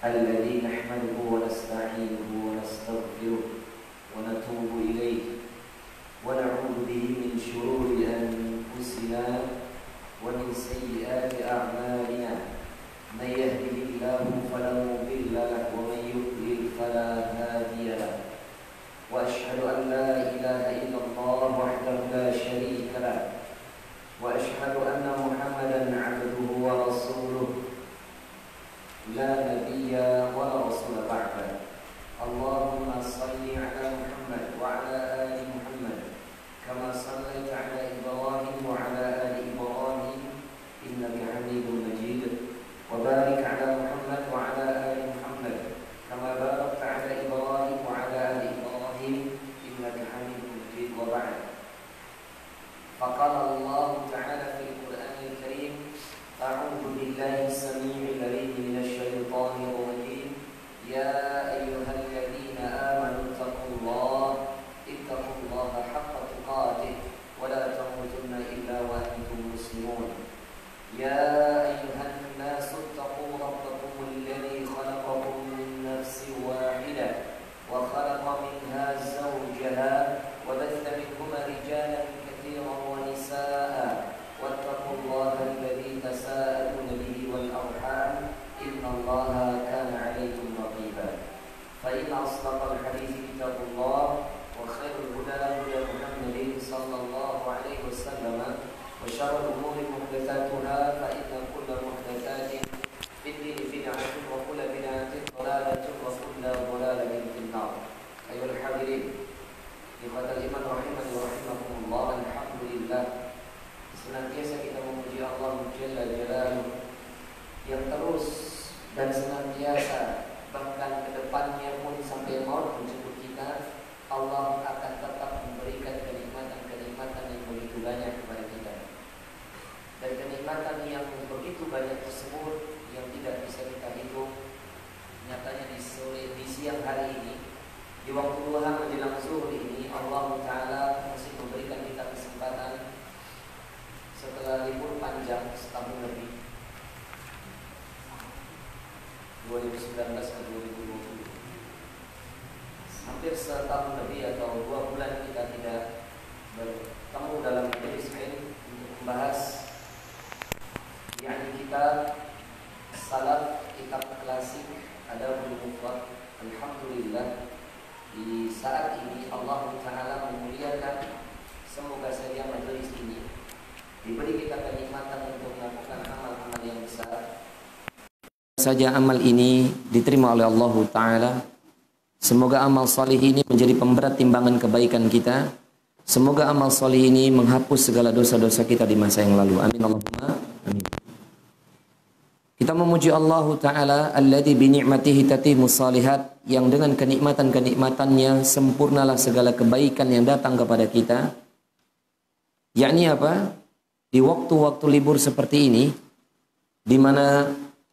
الذي نحمده ونستعينه ونستغفره ونتوب إليه ونعوذ به من شرور أنفسنا ومن سيئات أعمالنا من يهده الله فلا مضل له ومن يضلل فلا هادي له وأشهد أن لا إله إلا الله وحده لا شريك له وأشهد أن محمدا عبده ورسوله لا نبي ولا رسول بعده اللهم صل على محمد وعلى آل محمد كما صليت على إبراهيم وعلى آل إبراهيم إنك حميد مجيد وبارك على محمد وعلى آل محمد كما باركت على إبراهيم وعلى آل إبراهيم إنك حميد مجيد وبعد فقال الله تعالى في القرآن الكريم أعوذ بالله السميع العليم من الشيطان الرجيم يا أيها الذين آمنوا اتقوا الله حق تقاته ولا تموتن إلا وأنتم مسلمون يا أيها الناس اتقوا ربكم الذي خلقكم من نفس واحدة وخلق منها زوجها وبث منهما رجالا كثيرا ونساء واتقوا الله الذي تساءلون به والأرحام إن الله كان عليكم رقيبا فإن أصدق الحديث كتاب الله وخير الهدى هدى محمد صلى الله عليه وسلم وشر الأمور محدثاتها فإن كل محدثات في الدين بدعة وكل بدعة ضلالة وكل ضلالة في النار أيها الحاضرين ikhwatal iman rahimani wa rahimakumullah. Alhamdulillah, senantiasa kita memuji Allah Jalla Jalaluhu yang terus dan senantiasa bahkan kedepannya pun sampai maut menjemput kita, Allah akan tetap memberikan kenikmatan-kenikmatan yang begitu banyak kepada kita. Dan kenikmatan yang begitu banyak tersebut yang tidak bisa kita hitung, nyatanya di siang hari ini, di waktu duha menjelang zuhur ini, Allah Ta'ala masih memberikan kita kesempatan setelah libur panjang setahun lebih 2019 ke 2020, hampir setahun lebih atau 2 bulan kita tidak bertemu dalam majelis ilmu untuk membahas yakni kitab salaf, kitab klasik Adabul Mufrad. Alhamdulillah, di saat ini Allah Ta'ala memuliakan, semoga saja majelis ini diberi kita kenikmatan untuk melakukan amal-amal yang besar. Saja amal ini diterima oleh Allah Ta'ala. Semoga amal salih ini menjadi pemberat timbangan kebaikan kita. Semoga amal salih ini menghapus segala dosa-dosa kita di masa yang lalu. Amin Allahumma amin. Kita memuji Allah Ta'ala alladzi bi ni'matihi tatimmus shalihat, yang dengan kenikmatan-kenikmatannya sempurnalah segala kebaikan yang datang kepada kita. Yakni apa? Di waktu-waktu libur seperti ini, di mana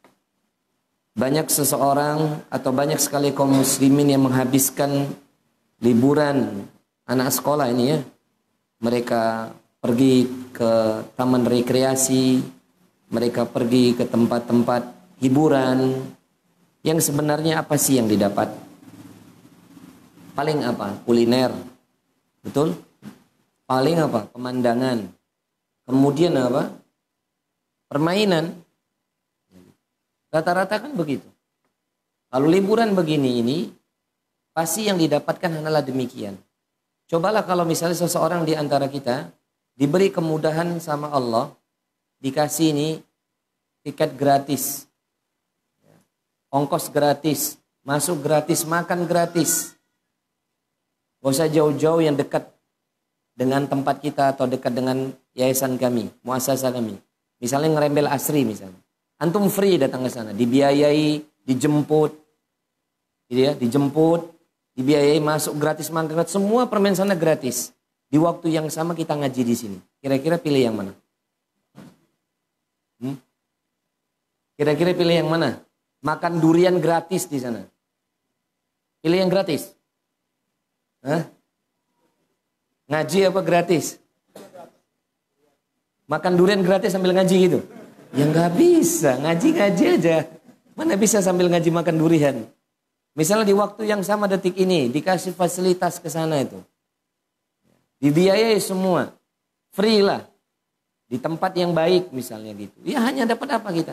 banyak seseorang atau banyak sekali kaum muslimin yang menghabiskan liburan anak sekolah ini ya. Mereka pergi ke taman rekreasi, mereka pergi ke tempat-tempat hiburan yang sebenarnya apa sih yang didapat? Paling apa? Kuliner. Betul? Paling apa? Pemandangan. Kemudian apa? Permainan. Rata-rata kan begitu. Lalu liburan begini ini pasti yang didapatkan adalah demikian. Cobalah kalau misalnya seseorang di antara kita diberi kemudahan sama Allah, dikasih ini tiket gratis, ongkos gratis, masuk gratis, makan gratis. Gak usah jauh-jauh yang dekat dengan tempat kita atau dekat dengan yayasan kami, muasasah kami. Misalnya ngerembel asri misalnya. Antum free datang ke sana, dibiayai, dijemput, gitu ya, dijemput, dibiayai, masuk gratis, makan gratis, semua permen sana gratis. Di waktu yang sama kita ngaji di sini. Kira-kira pilih yang mana? Kira-kira pilih yang mana? Makan durian gratis di sana. Pilih yang gratis. Hah? Ngaji apa gratis? Makan durian gratis sambil ngaji gitu? Ya nggak bisa, ngaji-ngaji aja. Mana bisa sambil ngaji makan durian. Misalnya di waktu yang sama detik ini dikasih fasilitas ke sana itu. Dibiayai semua. Free lah. Di tempat yang baik misalnya gitu. Ya hanya dapat apa kita?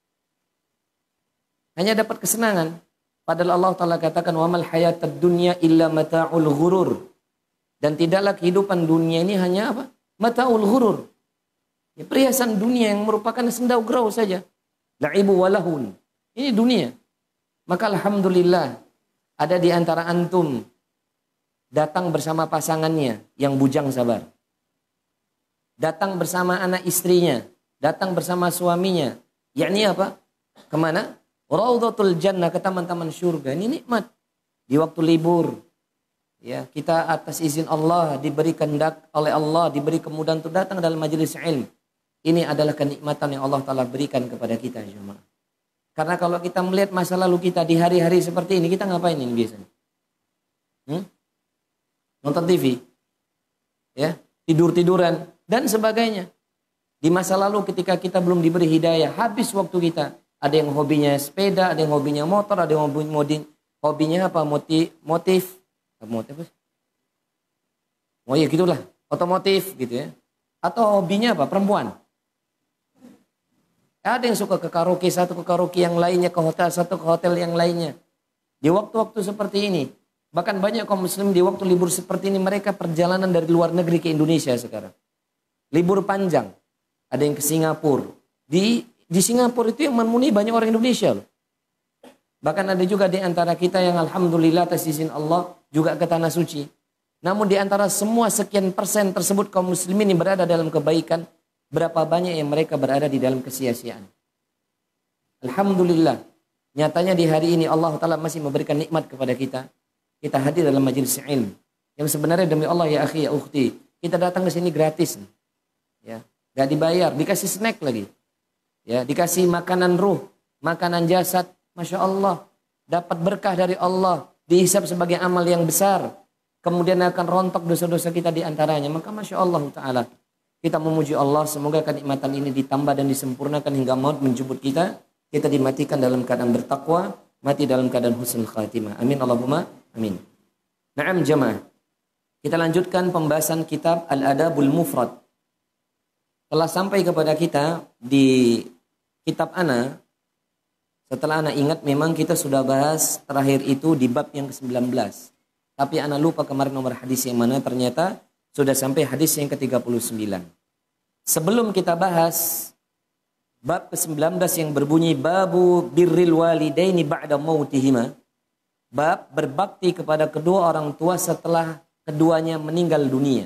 Hanya dapat kesenangan. Padahal Allah Ta'ala katakan wa mal hayatad dunya illa mata'ul ghurur. Dan tidaklah kehidupan dunia ini hanya apa? Mata'ul ghurur. Ya, perhiasan dunia yang merupakan sendau gerau saja. La'ibu walahun. Ini dunia. Maka alhamdulillah ada di antara antum datang bersama pasangannya yang bujang sabar. Datang bersama anak istrinya, datang bersama suaminya. Yakni apa? Kemana? Raudhatul jannah, ke taman-taman surga. Ini nikmat. Di waktu libur, ya, kita atas izin Allah diberi kehendak oleh Allah, diberi kemudahan untuk datang dalam majelis ilmu. Ini adalah kenikmatan yang Allah Ta'ala berikan kepada kita, jemaah. Karena kalau kita melihat masa lalu kita di hari-hari seperti ini, kita ngapain ini biasanya? Nonton TV, ya, tidur-tiduran, dan sebagainya. Di masa lalu ketika kita belum diberi hidayah, habis waktu kita. Ada yang hobinya sepeda, ada yang hobinya motor, ada yang hobinya apa? Motif. Oh ya gitulah, otomotif gitu ya. Atau hobinya apa? Perempuan. Ada yang suka ke karaoke, satu ke karaoke yang lainnya, ke hotel, satu ke hotel yang lainnya. Di waktu-waktu seperti ini, bahkan banyak kaum muslim di waktu libur seperti ini, mereka perjalanan dari luar negeri ke Indonesia sekarang. Libur panjang, ada yang ke Singapura. Di Singapura itu yang memenuhi banyak orang Indonesia loh. Bahkan ada juga di antara kita yang alhamdulillah atas izin Allah juga ke Tanah Suci. Namun di antara semua sekian persen tersebut kaum muslimin yang berada dalam kebaikan, berapa banyak yang mereka berada di dalam kesia-siaan. Alhamdulillah, nyatanya di hari ini Allah Ta'ala masih memberikan nikmat kepada kita. Kita hadir dalam majelis ilmu. Yang sebenarnya demi Allah ya akhi ya ukhti, kita datang ke sini gratis. Ya, gak dibayar, dikasih snack lagi. Ya, dikasih makanan ruh, makanan jasad, Masya Allah. Dapat berkah dari Allah, dihisab sebagai amal yang besar. Kemudian akan rontok dosa-dosa kita di antaranya. Maka Masya Allah Ta'ala, kita memuji Allah, semoga kenikmatan ini ditambah dan disempurnakan hingga maut menjemput kita. Kita dimatikan dalam keadaan bertakwa, mati dalam keadaan husnul khatimah. Amin Allahumma amin. Naam jamaah. Kita lanjutkan pembahasan kitab Al-Adabul Mufrad. Telah sampai kepada kita di kitab Ana. Setelah Ana ingat memang kita sudah bahas terakhir itu di bab yang ke-19. Tapi Ana lupa kemarin nomor hadis yang mana, ternyata sudah sampai hadis yang ke-39. Sebelum kita bahas bab ke-19 yang berbunyi babu birril walidaini ba'da mautihima. Bab berbakti kepada kedua orang tua setelah keduanya meninggal dunia.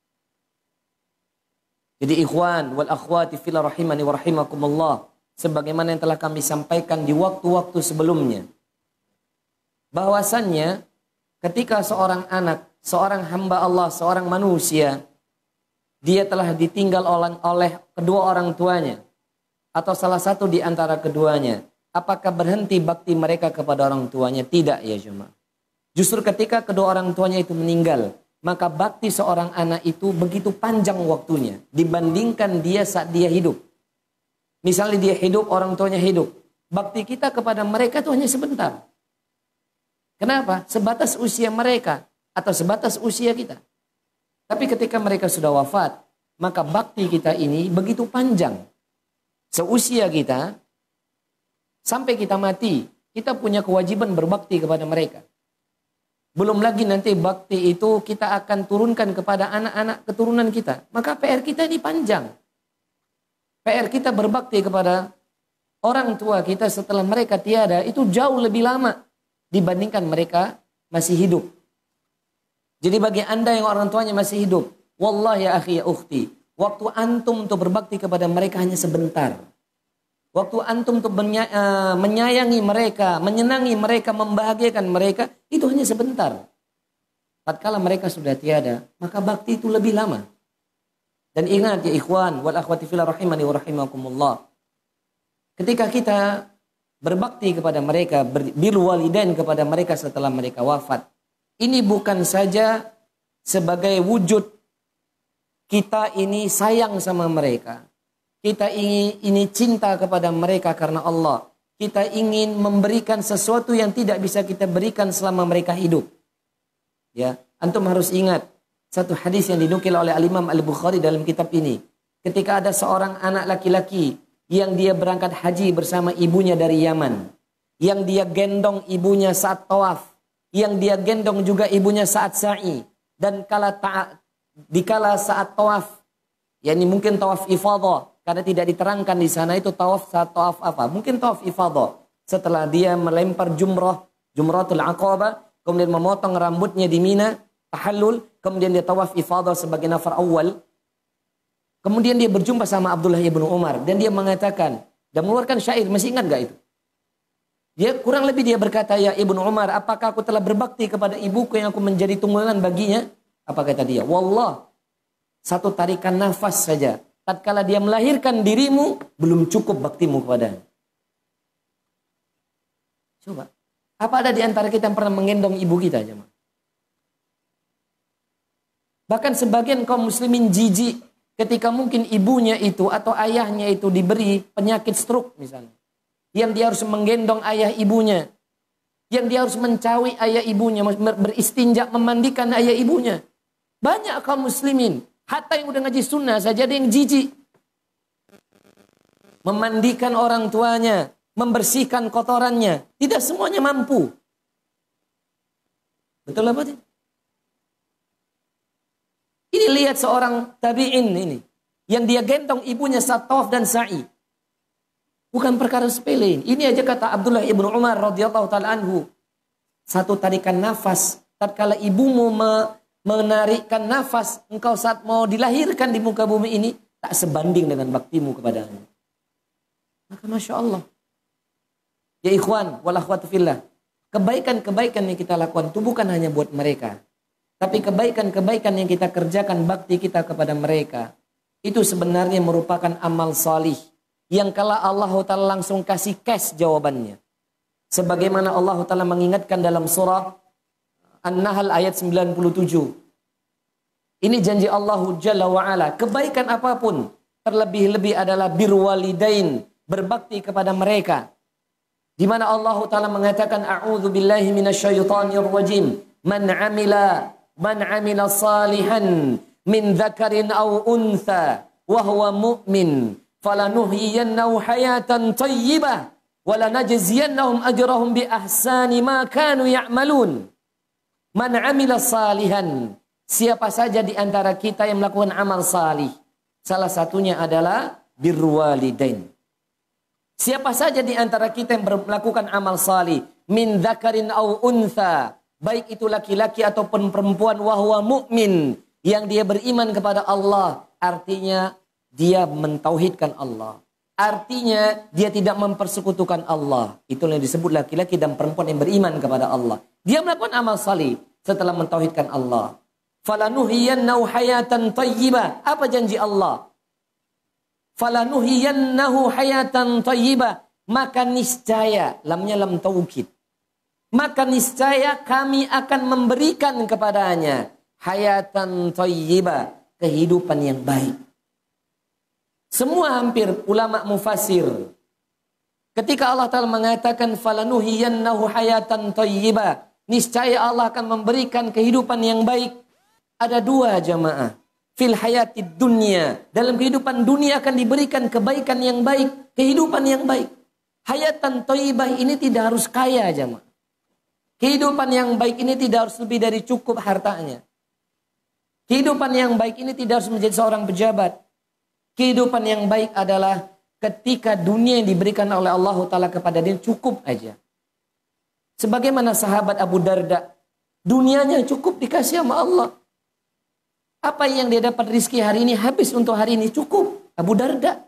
Jadi ikhwan wal akhwati fillah rahimani wa rahimakumullah, sebagaimana yang telah kami sampaikan di waktu-waktu sebelumnya, bahwasannya ketika seorang anak, seorang hamba Allah, seorang manusia, dia telah ditinggal oleh kedua orang tuanya atau salah satu di antara keduanya, apakah berhenti bakti mereka kepada orang tuanya? Tidak ya jemaah. Justru ketika kedua orang tuanya itu meninggal, maka bakti seorang anak itu begitu panjang waktunya dibandingkan dia saat dia hidup. Misalnya dia hidup, orang tuanya hidup. Bakti kita kepada mereka itu hanya sebentar. Kenapa? Sebatas usia mereka atau sebatas usia kita. Tapi ketika mereka sudah wafat, maka bakti kita ini begitu panjang. Seusia kita, sampai kita mati, kita punya kewajiban berbakti kepada mereka. Belum lagi nanti bakti itu kita akan turunkan kepada anak-anak keturunan kita. Maka PR kita ini panjang. PR kita berbakti kepada orang tua kita setelah mereka tiada itu jauh lebih lama dibandingkan mereka masih hidup. Jadi bagi anda yang orang tuanya masih hidup, wallahi ya akhi ya ukhti, waktu antum untuk berbakti kepada mereka hanya sebentar. Waktu antum untuk menyayangi mereka, menyenangi mereka, membahagiakan mereka, itu hanya sebentar. Tatkala mereka sudah tiada, maka bakti itu lebih lama. Dan ingat ya ikhwan, wal akhwati fillah rahimani wa rahimakumullah. Ketika kita berbakti kepada mereka, bil walidain kepada mereka setelah mereka wafat, ini bukan saja sebagai wujud kita ini sayang sama mereka. Kita ini cinta kepada mereka karena Allah. kita ingin memberikan sesuatu yang tidak bisa kita berikan selama mereka hidup. Ya, antum harus ingat satu hadis yang dinukil oleh Al-Imam Al-Bukhari dalam kitab ini. Ketika ada seorang anak laki-laki yang dia berangkat haji bersama ibunya dari Yaman, yang dia gendong ibunya saat tawaf, yang dia gendong juga ibunya saat sa'i, dan dikala saat tawaf, yakni mungkin tawaf ifadah, karena tidak diterangkan di sana itu tawaf saat tawaf apa, mungkin tawaf ifadah. Setelah dia melempar jumratul aqabah, kemudian memotong rambutnya di Mina, tahallul, kemudian dia tawaf ifadah sebagai nafar awal. Kemudian dia berjumpa sama Abdullah ibnu Umar dan dia mengatakan dan mengeluarkan syair, masih ingat gak itu? Dia kurang lebih dia berkata, ya Ibnu Umar, apakah aku telah berbakti kepada ibuku yang aku menjadi tunggangan baginya? Apa kata dia? Wallah, satu tarikan nafas saja, tatkala dia melahirkan dirimu, belum cukup baktimu kepadanya. Coba, apa ada di antara kita yang pernah menggendong ibu kita? Jemaah? Bahkan sebagian kaum muslimin jijik ketika mungkin ibunya itu atau ayahnya itu diberi penyakit stroke misalnya. Yang dia harus menggendong ayah ibunya. Yang dia harus mencawi ayah ibunya, beristinja, memandikan ayah ibunya. Banyak kaum muslimin, hatta yang udah ngaji sunnah saja ada yang jijik. Memandikan orang tuanya, membersihkan kotorannya. Tidak semuanya mampu. Betul apa tidak? Ini lihat seorang tabi'in ini. Yang dia gendong ibunya saat tawaf dan sa'i. Bukan perkara sepele. Ini aja kata Abdullah ibnu Umar radhiyallahu ta'ala anhu. Satu tarikan nafas. Tatkala ibumu menarikkan nafas, engkau saat mau dilahirkan di muka bumi ini, tak sebanding dengan baktimu kepadanya. Maka Masya Allah. Ya ikhwan, wal akhwatu fillah. Kebaikan-kebaikan yang kita lakukan itu bukan hanya buat mereka. Tapi kebaikan-kebaikan yang kita kerjakan, bakti kita kepada mereka, itu sebenarnya merupakan amal salih. Yang kala Allah Ta'ala langsung kasih cash jawabannya. Sebagaimana Allah Ta'ala mengingatkan dalam surah An-Nahl ayat 97. Ini janji Allah Jalla wa'ala. Kebaikan apapun, terlebih-lebih adalah birwalidain, berbakti kepada mereka. Di mana Allah Ta'ala mengatakan, A'udzu billahi minasyaitonir rajim. Man amila salihan min dzakarin aw untha wa huwa mu'min falanuhyiyannahu hayatan thayyibah wa lanajziyannahum ajrahum bi ahsani ma kanu ya'malun. Man amila salihan, siapa saja di antara kita yang melakukan amal salih, salah satunya adalah birrul walidain. Siapa saja di antara kita yang melakukan amal salih, min dzakarin aw untha, baik itu laki-laki ataupun perempuan, wahwa mu'min, yang dia beriman kepada Allah, artinya dia mentauhidkan Allah. Artinya dia tidak mempersekutukan Allah. Itulah yang disebut laki-laki dan perempuan yang beriman kepada Allah. Dia melakukan amal salih setelah mentauhidkan Allah. Falanuhiyannahu hayatan thayyibah. Apa janji Allah? Falanuhiyannahu hayatan thayyibah. Maka niscaya, lamnya lam taukid. Maka niscaya kami akan memberikan kepadanya hayatan thayyibah, kehidupan yang baik. Semua hampir ulama mufassir ketika Allah Ta'ala mengatakan falanuhiyannahu hayatan thayyibah, niscaya Allah akan memberikan kehidupan yang baik. Ada dua jamaah. Fil hayatid dunya, dalam kehidupan dunia akan diberikan kebaikan yang baik, kehidupan yang baik. Hayatan thayyibah ini tidak harus kaya jamaah. Kehidupan yang baik ini tidak harus lebih dari cukup hartanya. Kehidupan yang baik ini tidak harus menjadi seorang pejabat. Kehidupan yang baik adalah ketika dunia yang diberikan oleh Allah Ta'ala kepada dia cukup aja. Sebagaimana sahabat Abu Darda, dunianya cukup dikasih sama Allah. Apa yang dia dapat rizki hari ini habis untuk hari ini cukup. Abu Darda.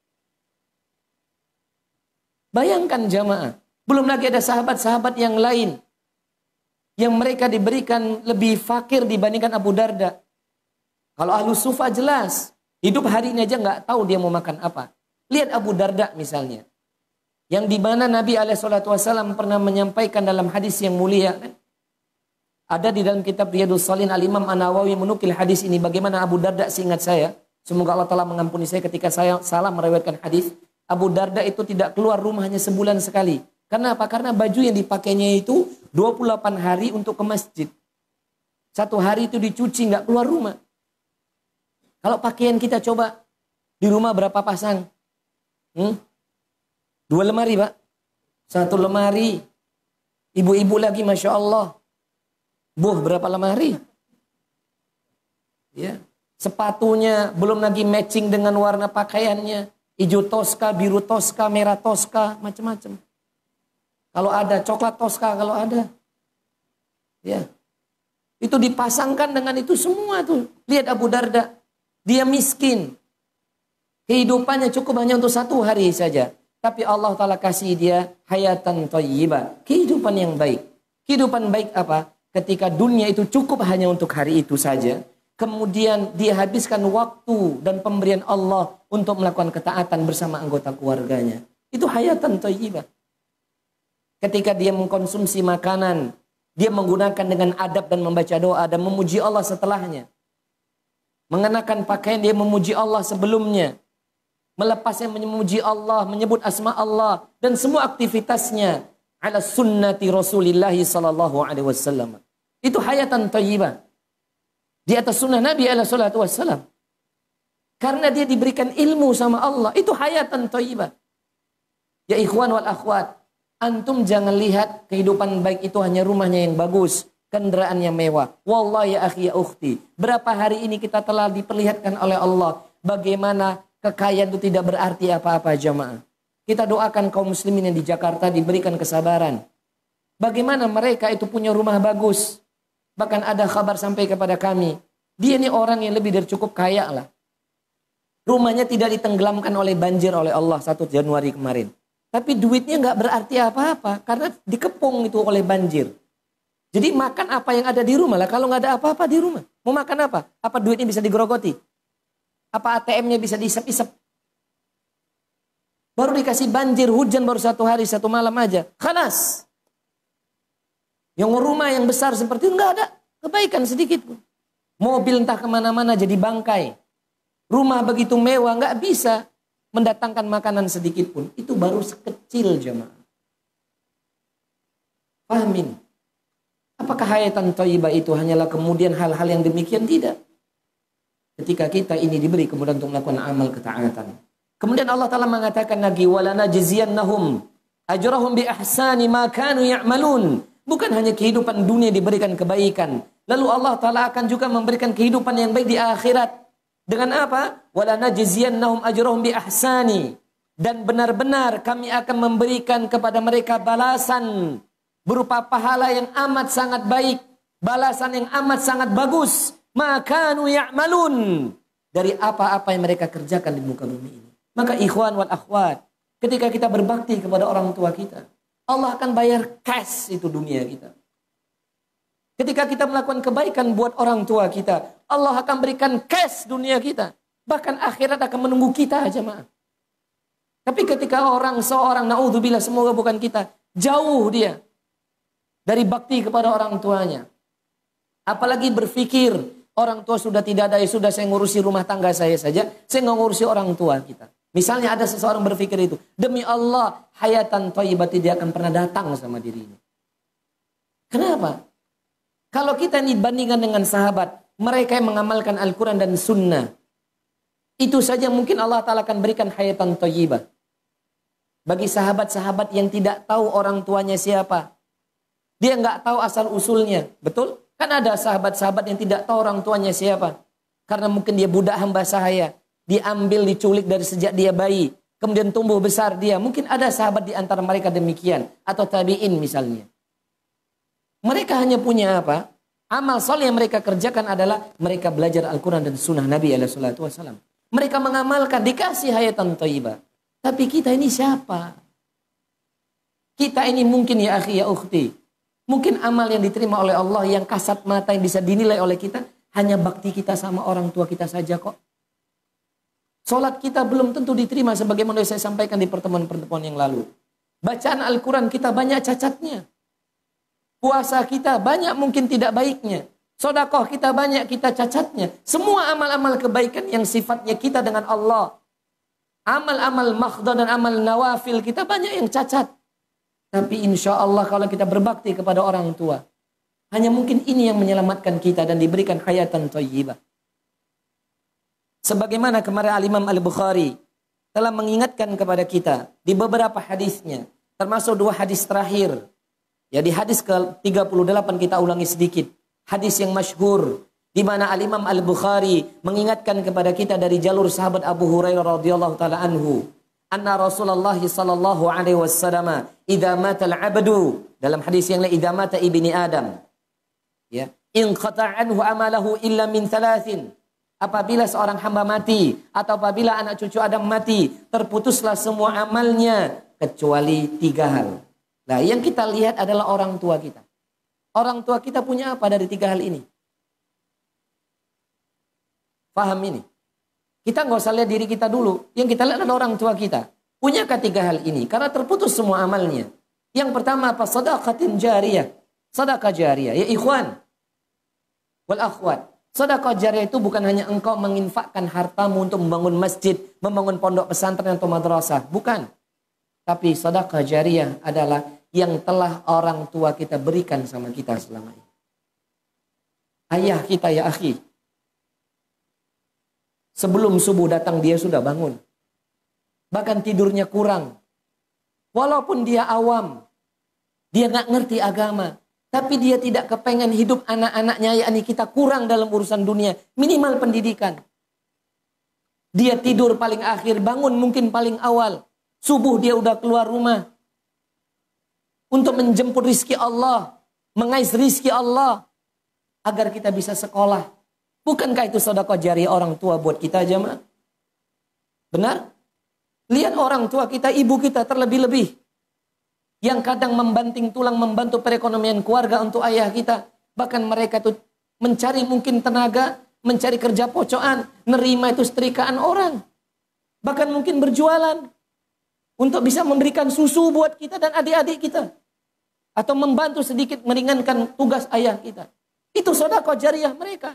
Bayangkan jamaah. Belum lagi ada sahabat-sahabat yang lain. Yang mereka diberikan lebih fakir dibandingkan Abu Darda. Kalau Ahlu Sufa jelas. Hidup hari ini aja nggak tahu dia mau makan apa. Lihat Abu Darda misalnya. Yang dimana Nabi SAW pernah menyampaikan dalam hadis yang mulia. Kan? Ada di dalam kitab Riyadhus Shalihin Al-Imam An-Nawawi menukil hadis ini. Bagaimana Abu Darda seingat saya. Semoga Allah Ta'ala mengampuni saya ketika saya salah meriwayatkan hadis. Abu Darda itu tidak keluar rumah hanya sebulan sekali. Karena apa? Karena baju yang dipakainya itu 28 hari untuk ke masjid. Satu hari itu dicuci, nggak keluar rumah. Kalau pakaian kita coba, di rumah berapa pasang? 2 lemari, Pak. 1 lemari. Ibu-ibu lagi, Masya Allah. Berapa lemari? Ya. Sepatunya belum lagi matching dengan warna pakaiannya. Hijau toska, biru toska, merah toska, macam-macam. Kalau ada coklat toska, kalau ada. Ya. Itu dipasangkan dengan itu semua tuh. Lihat Abu Darda. Dia miskin. Kehidupannya cukup hanya untuk 1 hari saja. Tapi Allah Ta'ala kasih dia hayatan thayyibah. Kehidupan yang baik. Kehidupan baik apa? Ketika dunia itu cukup hanya untuk hari itu saja. Kemudian dia habiskan waktu dan pemberian Allah untuk melakukan ketaatan bersama anggota keluarganya. Itu hayatan thayyibah. Ketika dia mengkonsumsi makanan, dia menggunakan dengan adab dan membaca doa dan memuji Allah setelahnya. Mengenakan pakaian dia memuji Allah sebelumnya. Melepasnya memuji Allah, menyebut asma Allah dan semua aktivitasnya ala sunnati Rasulillah sallallahu alaihi wasallam. Itu hayatan thayyibah. Di atas sunnah Nabi alaihi salatu wassalam. Karena dia diberikan ilmu sama Allah. Itu hayatan thayyibah. Ya ikhwan wal akhwat. Antum jangan lihat kehidupan baik itu hanya rumahnya yang bagus. Kendaraan yang mewah. Wallahi ya akhi ya ukhti. Berapa hari ini kita telah diperlihatkan oleh Allah. Bagaimana kekayaan itu tidak berarti apa-apa jamaah. Kita doakan kaum muslimin yang di Jakarta diberikan kesabaran. Bagaimana mereka itu punya rumah bagus. Bahkan ada kabar sampai kepada kami. Dia ini orang yang lebih dari cukup kaya lah. Rumahnya tidak ditenggelamkan oleh banjir oleh Allah 1 Januari kemarin. Tapi duitnya nggak berarti apa-apa. Karena dikepung itu oleh banjir. Jadi makan apa yang ada di rumah lah. Kalau nggak ada apa-apa di rumah. Mau makan apa? Apa duitnya bisa digerogoti? Apa ATM-nya bisa diisep-isep? Baru dikasih banjir, hujan baru 1 hari, 1 malam aja. Khalas. Yang rumah yang besar seperti itu nggak ada kebaikan sedikit pun. Mobil entah kemana-mana jadi bangkai. Rumah begitu mewah nggak bisa mendatangkan makanan sedikit pun. Itu baru sekecil jemaah. Pahamin. Apakah hayatan thayyibah itu hanyalah kemudian hal-hal yang demikian? Tidak. Ketika kita ini diberi kemudian untuk melakukan amal ketaatan. Kemudian Allah Ta'ala mengatakan lagi walanajziyannahum ajrahum bi ahsani ma kanu ya'malun. Bukan hanya kehidupan dunia diberikan kebaikan. Lalu Allah Ta'ala akan juga memberikan kehidupan yang baik di akhirat. Dengan apa? وَلَنَجْزِيَنَّهُمْ أَجْرَهُمْ بِأَحْسَانِ. Dan benar-benar kami akan memberikan kepada mereka balasan. Berupa pahala yang amat sangat baik. Balasan yang amat sangat bagus. مَا يَعْمَلُونَ. Dari apa-apa yang mereka kerjakan di muka bumi ini. Maka ikhwan wal akhwat. Ketika kita berbakti kepada orang tua kita. Allah akan bayar cash itu dunia kita. Ketika kita melakukan kebaikan buat orang tua kita, Allah akan berikan cash dunia kita. Bahkan akhirat akan menunggu kita jemaah. Tapi ketika seorang naudzubillah semoga bukan kita, jauh dia dari bakti kepada orang tuanya. Apalagi berpikir orang tua sudah tidak ada, ya sudah saya ngurusi rumah tangga saya saja, saya nggak ngurusi orang tua kita. Misalnya ada seseorang berpikir itu, demi Allah hayatan thayyibah tidak akan pernah datang sama dirinya. Kenapa? Kalau kita ini bandingkan dengan sahabat, mereka yang mengamalkan Al-Quran dan Sunnah, itu saja mungkin Allah Ta'ala akan berikan hayatan thayyibah. Bagi sahabat-sahabat yang tidak tahu orang tuanya siapa, dia nggak tahu asal usulnya, betul? Kan ada sahabat-sahabat yang tidak tahu orang tuanya siapa, karena mungkin dia budak hamba sahaya. Diambil, diculik dari sejak dia bayi. Kemudian tumbuh besar dia. Mungkin ada sahabat di antara mereka demikian. Atau tabi'in misalnya. Mereka hanya punya apa? Amal soleh yang mereka kerjakan adalah mereka belajar Al-Quran dan Sunnah Nabi SAW. Mereka mengamalkan, dikasih hayatan thayyibah. Tapi kita ini siapa? Kita ini mungkin ya akhi ya ukhti. Mungkin amal yang diterima oleh Allah yang kasat mata yang bisa dinilai oleh kita. Hanya bakti kita sama orang tua kita saja kok. Salat kita belum tentu diterima sebagaimana saya sampaikan di pertemuan-pertemuan yang lalu. Bacaan Al-Quran kita banyak cacatnya. Puasa kita banyak mungkin tidak baiknya. Sedekah kita banyak kita cacatnya. Semua amal-amal kebaikan yang sifatnya kita dengan Allah. Amal-amal makhdah dan amal nawafil kita banyak yang cacat. Tapi insya Allah kalau kita berbakti kepada orang tua, hanya mungkin ini yang menyelamatkan kita dan diberikan hayatan thayyibah. Sebagaimana kemarin Al-Imam Al-Bukhari telah mengingatkan kepada kita di beberapa hadisnya, termasuk 2 hadis terakhir. Ya, di hadis ke-38 kita ulangi sedikit. Hadis yang masyhur di mana Al-Imam Al-Bukhari mengingatkan kepada kita dari jalur sahabat Abu Hurairah radhiyallahu taala anhu, anna Rasulullah sallallahu alaihi wasallam idza mata al-'abdu, dalam hadis yang lain idza mata ibni Adam, ya, in qata'a anhu amalahu illa min 3. Apabila seorang hamba mati atau apabila anak cucu Adam mati, terputuslah semua amalnya kecuali 3 hal. Nah, yang kita lihat adalah orang tua kita. Orang tua kita punya apa dari 3 hal ini? Paham ini? Kita nggak usah lihat diri kita dulu. Yang kita lihat adalah orang tua kita. Punyakah 3 hal ini? Karena terputus semua amalnya. Yang pertama apa? Sadaqatin jariyah. Sedekah jariyah. Ya ikhwan wal akhwat. Sedekah jariyah itu bukan hanya engkau menginfakkan hartamu untuk membangun masjid, membangun pondok pesantren atau madrasah. Bukan. Tapi sedekah jariyah adalah yang telah orang tua kita berikan sama kita selama ini. Ayah kita ya akhi. Sebelum subuh datang dia sudah bangun. Bahkan tidurnya kurang. Walaupun dia awam. Dia nggak ngerti agama. Tapi dia tidak kepengen hidup anak-anaknya, yakni kita kurang dalam urusan dunia. Minimal pendidikan. Dia tidur paling akhir, bangun mungkin paling awal. Subuh dia udah keluar rumah. Untuk menjemput rizki Allah. Mengais rizki Allah. Agar kita bisa sekolah. Bukankah itu sedekah jariyah orang tua buat kita jemaah? Benar? Lihat orang tua kita, ibu kita terlebih-lebih. Yang kadang membanting tulang membantu perekonomian keluarga untuk ayah kita. Bahkan mereka itu mencari mungkin tenaga, mencari kerja pocokan, nerima itu setrikaan orang. Bahkan mungkin berjualan. Untuk bisa memberikan susu buat kita dan adik-adik kita. Atau membantu sedikit meringankan tugas ayah kita. Itu sedekah jariyah mereka.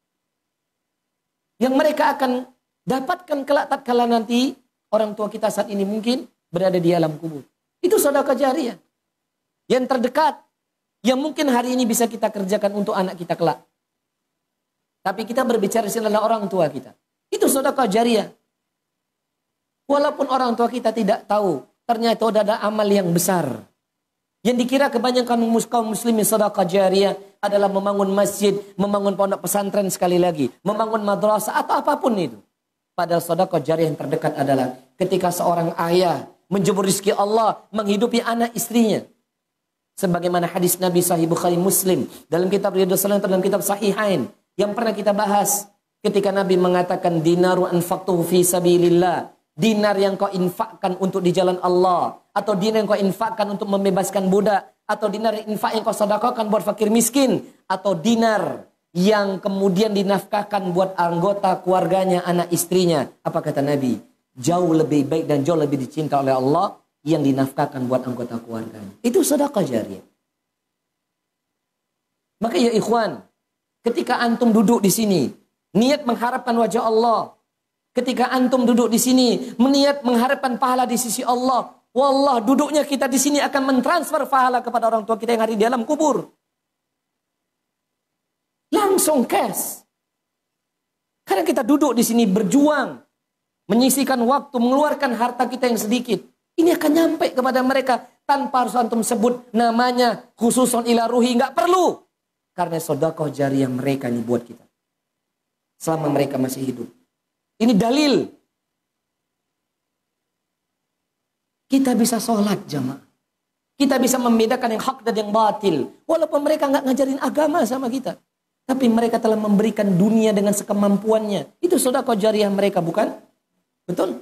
Yang mereka akan dapatkan kelak tatkala nanti orang tua kita saat ini mungkin berada di alam kubur. Itu sedekah jariyah. Yang terdekat. Yang mungkin hari ini bisa kita kerjakan untuk anak kita kelak. Tapi kita berbicara di sini adalah orang tua kita. Itu sedekah jariyah. Walaupun orang tua kita tidak tahu. Ternyata ada amal yang besar. Yang dikira kebanyakan kaum muslimin sedekah jariyah adalah membangun masjid, membangun pondok pesantren sekali lagi, membangun madrasah atau apapun itu. Padahal sedekah jariyah yang terdekat adalah ketika seorang ayah menjemur rezeki Allah, menghidupi anak istrinya. Sebagaimana hadis Nabi Sahih Bukhari Muslim dalam kitab Riyadhus Shalihin, dalam kitab Sahihain yang pernah kita bahas ketika Nabi mengatakan dinaru anfaqtuhu fi sabilillah. Dinar yang kau infakkan untuk di jalan Allah. Atau dinar yang kau infakkan untuk membebaskan budak. Atau dinar infak yang kau sedekahkan buat fakir miskin. Atau dinar yang kemudian dinafkahkan buat anggota keluarganya, anak istrinya. Apa kata Nabi? Jauh lebih baik dan jauh lebih dicinta oleh Allah yang dinafkahkan buat anggota keluarganya. Itu sedekah jariyah. Maka ya ikhwan, ketika antum duduk di sini, niat mengharapkan wajah Allah. Ketika antum duduk di sini, meniat mengharapkan pahala di sisi Allah. Wallah, duduknya kita di sini akan mentransfer pahala kepada orang tua kita yang hari di alam kubur. Langsung cash. Karena kita duduk di sini berjuang, menyisihkan waktu, mengeluarkan harta kita yang sedikit. Ini akan nyampe kepada mereka tanpa harus antum sebut namanya, khususon ila ruhi, nggak perlu. Karena sedekah jariyah mereka ini buat kita. Selama mereka masih hidup. Ini dalil. Kita bisa sholat jamaah. Kita bisa membedakan yang hak dan yang batil. Walaupun mereka nggak ngajarin agama sama kita. Tapi mereka telah memberikan dunia dengan sekemampuannya. Itu sedekah jariyah mereka, bukan? Betul?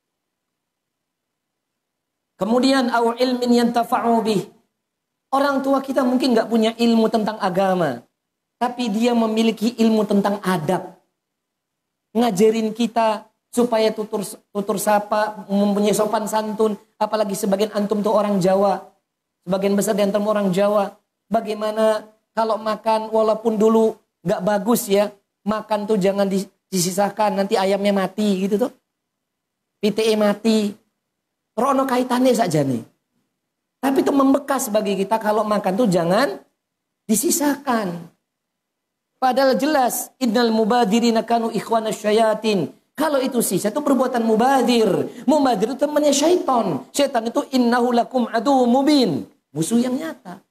Kemudian au ilmin yantafa'u bih. Orang tua kita mungkin nggak punya ilmu tentang agama. Tapi dia memiliki ilmu tentang adab. Ngajarin kita supaya tutur sapa, mempunyai sopan santun, apalagi sebagian antum tuh orang Jawa, sebagian besar di antara orang Jawa, bagaimana kalau makan walaupun dulu nggak bagus ya, makan tuh jangan disisakan, nanti ayamnya mati gitu tuh. PTE mati. Rono kaitannya saja nih. Tapi itu membekas bagi kita kalau makan tuh jangan disisakan. Padahal jelas innal mubadirina kanu ikhwana syayatin. Kalau itu sisa itu perbuatan mubadir. Mubadir itu temannya syaitan. Syaitan itu innahu lakum adu mubin. Musuh yang nyata.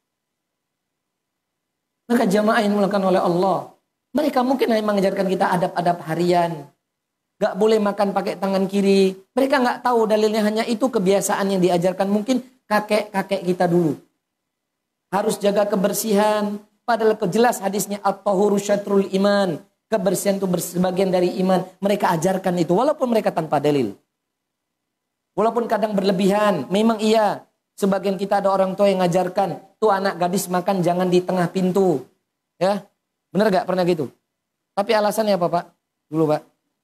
Maka jamaah yang dimulakan oleh Allah. Mereka mungkin hanya mengajarkan kita adab-adab harian. Gak boleh makan pakai tangan kiri. Mereka gak tahu dalilnya, hanya itu kebiasaan yang diajarkan mungkin kakek-kakek kita dulu. Harus jaga kebersihan. Padahal jelas hadisnya at-tahuru syatrul iman. Kebersihan itu sebagian dari iman. Mereka ajarkan itu walaupun mereka tanpa dalil. Walaupun kadang berlebihan. Memang iya. Sebagian kita ada orang tua yang ngajarkan. Tuh anak gadis makan jangan di tengah pintu. Ya, benar gak pernah gitu? Tapi alasannya apa Pak? Dulu Pak.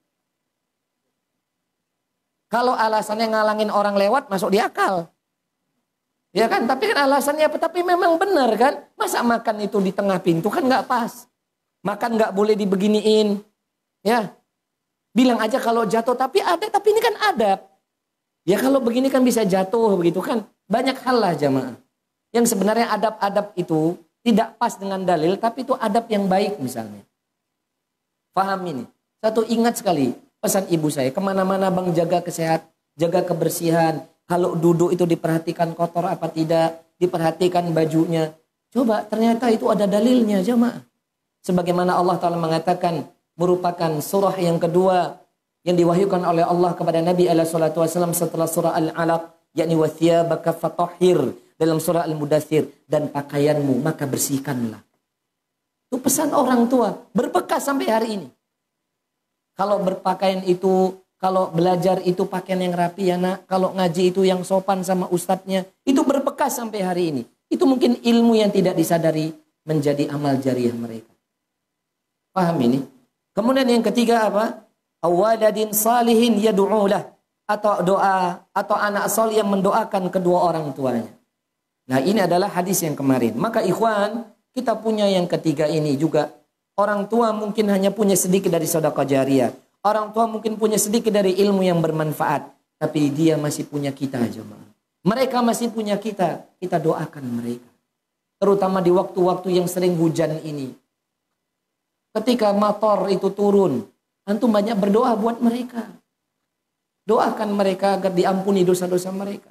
Kalau alasannya ngalangin orang lewat, masuk di akal. Ya kan, tapi kan alasannya apa? Tapi memang benar kan? Masa makan itu di tengah pintu kan nggak pas. Makan nggak boleh dibeginiin. Ya, bilang aja kalau jatuh, tapi ini kan adab. Ya kalau begini kan bisa jatuh begitu kan. Banyak hal lah jamaah. Yang sebenarnya adab-adab itu tidak pas dengan dalil, tapi itu adab yang baik misalnya. Paham ini? Satu ingat sekali. Pesan ibu saya, kemana-mana bang jaga kesehatan, jaga kebersihan. Kalau duduk itu diperhatikan kotor apa tidak, diperhatikan bajunya. Coba ternyata itu ada dalilnya jamaah. Sebagaimana Allah Ta'ala mengatakan, merupakan surah yang kedua yang diwahyukan oleh Allah kepada Nabi SAW setelah surah Al-Alaq, yakni wathiyabaka fatahhir, dalam surah Al-Mudaththir, dan pakaianmu maka bersihkanlah. Itu pesan orang tua, berbekas sampai hari ini. Kalau berpakaian itu, kalau belajar itu pakaian yang rapi ya nak. Kalau ngaji itu yang sopan sama ustadznya. Itu berbekas sampai hari ini. Itu mungkin ilmu yang tidak disadari menjadi amal jariah mereka. Paham ini? Kemudian yang ketiga apa? Awaladin salihin yadu'ulah. Atau doa, atau anak soleh yang mendoakan kedua orang tuanya. Nah ini adalah hadis yang kemarin. Maka ikhwan, kita punya yang ketiga ini juga. Orang tua mungkin hanya punya sedikit dari sedekah jariyah. Orang tua mungkin punya sedikit dari ilmu yang bermanfaat. Tapi dia masih punya kita jemaah. Mereka masih punya kita. Kita doakan mereka. Terutama di waktu-waktu yang sering hujan ini. Ketika motor itu turun. Antum banyak berdoa buat mereka. Doakan mereka agar diampuni dosa-dosa mereka.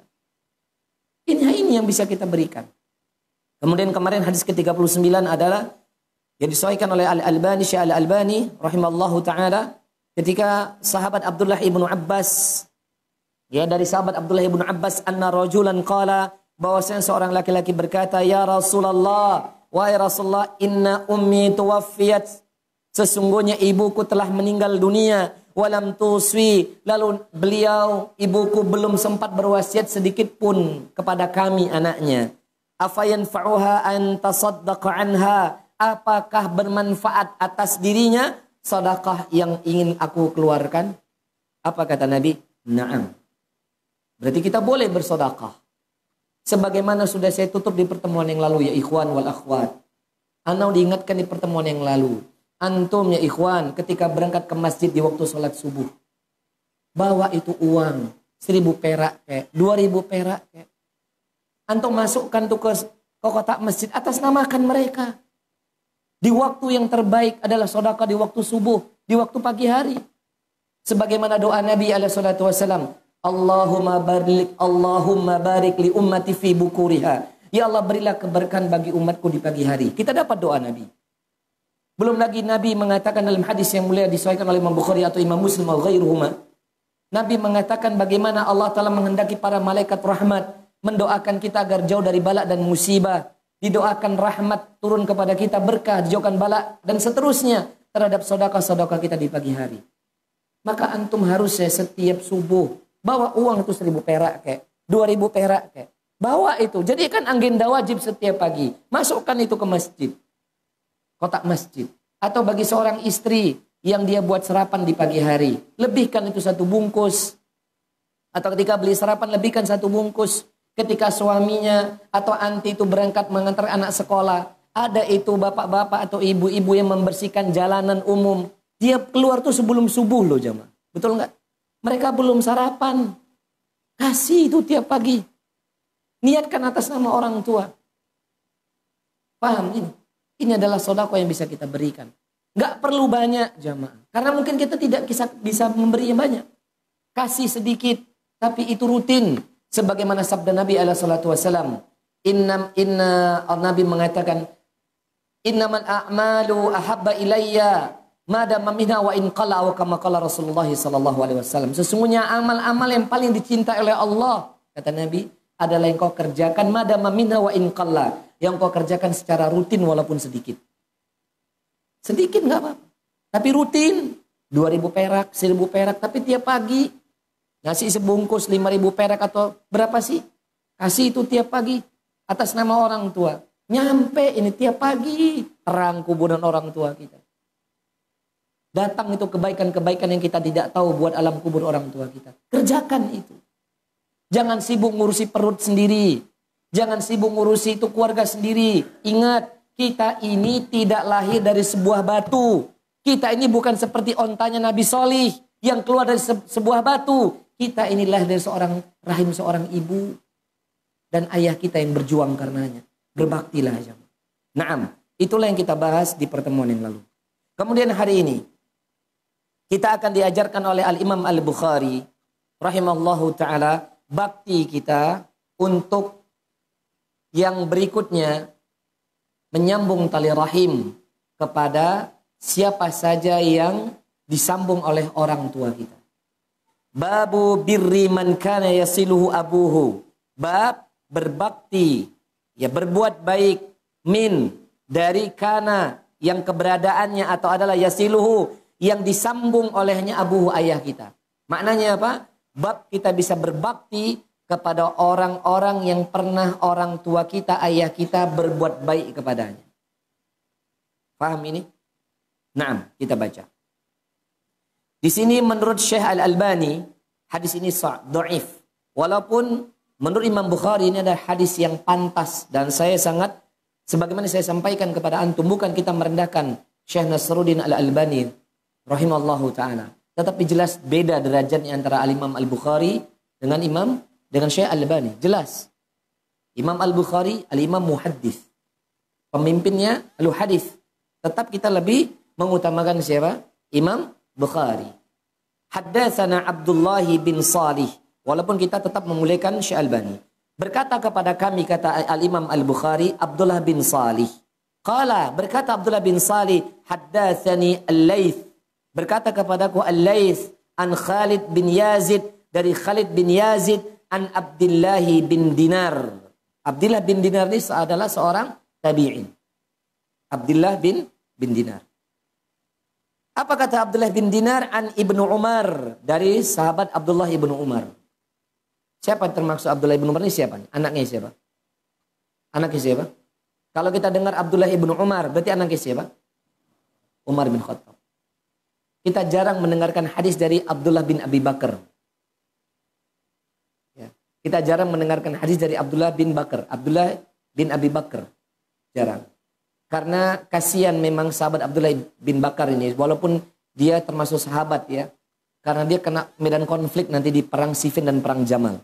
Ini yang bisa kita berikan. Kemudian kemarin hadis ke-39 adalah yang disahihkan oleh Al-Albani, Syekh Al-Albani rahimallahu taala, ketika sahabat Abdullah ibnu Abbas, ya dari sahabat Abdullah ibnu Abbas, anna rajulan qala, bahwasanya seorang laki-laki berkata, ya Rasulullah, wahai Rasulullah, inna ummi tuwaffiyat, sesungguhnya ibuku telah meninggal dunia, walam tuswi, lalu ibuku belum sempat berwasiat sedikit pun kepada kami anaknya. Afayanfa'uha an tasaddaqa anha, apakah bermanfaat atas dirinya sedekah yang ingin aku keluarkan? Apa kata Nabi? Naam. Berarti kita boleh bersedekah. Sebagaimana sudah saya tutup di pertemuan yang lalu ya ikhwan wal akhwat. Ana diingatkan di pertemuan yang lalu. Antum ya ikhwan ketika berangkat ke masjid di waktu sholat subuh. Bawa itu uang 1.000 perak kayak 2.000 perak kayak. Antum masukkan tuh ke kotak masjid, atas namakan mereka. Di waktu yang terbaik adalah sedekah di waktu subuh, di waktu pagi hari. Sebagaimana doa Nabi SAW, Allahumma barik li ummati fi bukuriha. Ya Allah berilah keberkahan bagi umatku di pagi hari. Kita dapat doa Nabi. Belum lagi Nabi mengatakan dalam hadis yang mulia disahihkan oleh Imam Bukhari atau Imam Muslim atau ghairuhuma. Nabi mengatakan bagaimana Allah Ta'ala menghendaki para malaikat rahmat mendoakan kita agar jauh dari bala dan musibah. Didoakan rahmat turun kepada kita, berkah, dijauhkan bala, dan seterusnya terhadap sedekah-sedekah kita di pagi hari. Maka antum harus setiap subuh bawa uang itu 1.000 perak kayak 2.000 perak kayak. Bawa itu, jadikan agenda wajib setiap pagi. Masukkan itu ke masjid, kotak masjid. Atau bagi seorang istri yang dia buat sarapan di pagi hari, lebihkan itu 1 bungkus. Atau ketika beli sarapan, lebihkan 1 bungkus. Ketika suaminya atau anti itu berangkat mengantar anak sekolah, ada itu bapak-bapak atau ibu-ibu yang membersihkan jalanan umum. Dia keluar tuh sebelum subuh loh jamaah. Betul nggak? Mereka belum sarapan. Kasih itu tiap pagi. Niatkan atas nama orang tua. Paham ini? Ini adalah sedekah yang bisa kita berikan. Nggak perlu banyak jamaah. Karena mungkin kita tidak bisa memberinya banyak. Kasih sedikit, tapi itu rutin. Sebagaimana sabda Nabi SAW. Nabi mengatakan, innamal a'malu ahabba ilayya madama minha wa in qala wa kama qala Rasulullah sallallahu alaihi wasallam. Sesungguhnya amal-amal yang paling dicintai oleh Allah, kata Nabi, adalah yang kau kerjakan madama minha wa in qalla, yang kau kerjakan secara rutin walaupun sedikit. Sedikit enggak apa-apa, tapi rutin. 2.000 perak, 1.000 perak, tapi tiap pagi nasi sebungkus 5.000 perak atau berapa sih? Kasih itu tiap pagi atas nama orang tua. Nyampe ini tiap pagi terang kuburan orang tua kita. Datang itu kebaikan-kebaikan yang kita tidak tahu buat alam kubur orang tua kita. Kerjakan itu. Jangan sibuk ngurusi perut sendiri. Jangan sibuk ngurusi itu keluarga sendiri. Ingat, kita ini tidak lahir dari sebuah batu. Kita ini bukan seperti ontanya Nabi Solih yang keluar dari sebuah batu. Kita ini lahir dari seorang rahim seorang ibu dan ayah kita yang berjuang karenanya. Berbaktilah aja. Naam, itulah yang kita bahas di pertemuan yang lalu. Kemudian hari ini kita akan diajarkan oleh Al-Imam Al-Bukhari rahimahullahu ta'ala bakti kita untuk yang berikutnya menyambung tali rahim kepada siapa saja yang disambung oleh orang tua kita. Babu birri man kana yasiluhu abuhu. Bab berbakti, ya berbuat baik min dari kana yang keberadaannya atau adalah yasiluhu yang disambung olehnya abuhu ayah kita. Maknanya apa? Bab kita bisa berbakti kepada orang-orang yang pernah orang tua kita, ayah kita berbuat baik kepadanya. Paham ini? Naam, kita baca. Di sini menurut Syekh Al-Albani hadis ini dhaif. Walaupun menurut Imam Bukhari ini adalah hadis yang pantas dan saya sangat sebagaimana saya sampaikan kepada antum, bukan kita merendahkan Syekh Nasruddin Al-Albani rahimallahu taala. Tetapi jelas beda derajatnya antara Al-Imam Al-Bukhari dengan Syekh Al-Albani. Jelas. Imam Al-Bukhari al-Imam muhaddis. Pemimpinnya al-hadis. Tetap kita lebih mengutamakan siapa? Imam Bukhari. Haddatsana Abdullah bin Salih. Walaupun kita tetap memuliakan Syekh Albani. Berkata kepada kami, kata Al-Imam Al-Bukhari, Abdullah bin Salih. Qala, berkata Abdullah bin Salih, haddatsani Al-Laits. Berkata kepadaku Al-Laits an Khalid bin Yazid, dari Khalid bin Yazid an Abdullah bin Dinar. Abdullah bin Dinar ini adalah seorang tabi'in. Abdullah bin Dinar. Apa kata Abdullah bin Dinar? An Ibnu Umar, dari sahabat Abdullah ibnu Umar. Siapa termaksud Abdullah ibnu Umar ini siapa? Anaknya siapa? Anaknya siapa? Kalau kita dengar Abdullah ibnu Umar, berarti anaknya siapa? Umar bin Khattab. Kita jarang mendengarkan hadis dari Abdullah bin Abi Bakar. Ya. Kita jarang mendengarkan hadis dari Abdullah bin Bakar. Abdullah bin Abi Bakar. Jarang. Karena kasihan memang sahabat Abdullah bin Bakar ini. Walaupun dia termasuk sahabat ya. Karena dia kena medan konflik nanti di perang Siffin dan perang Jamal.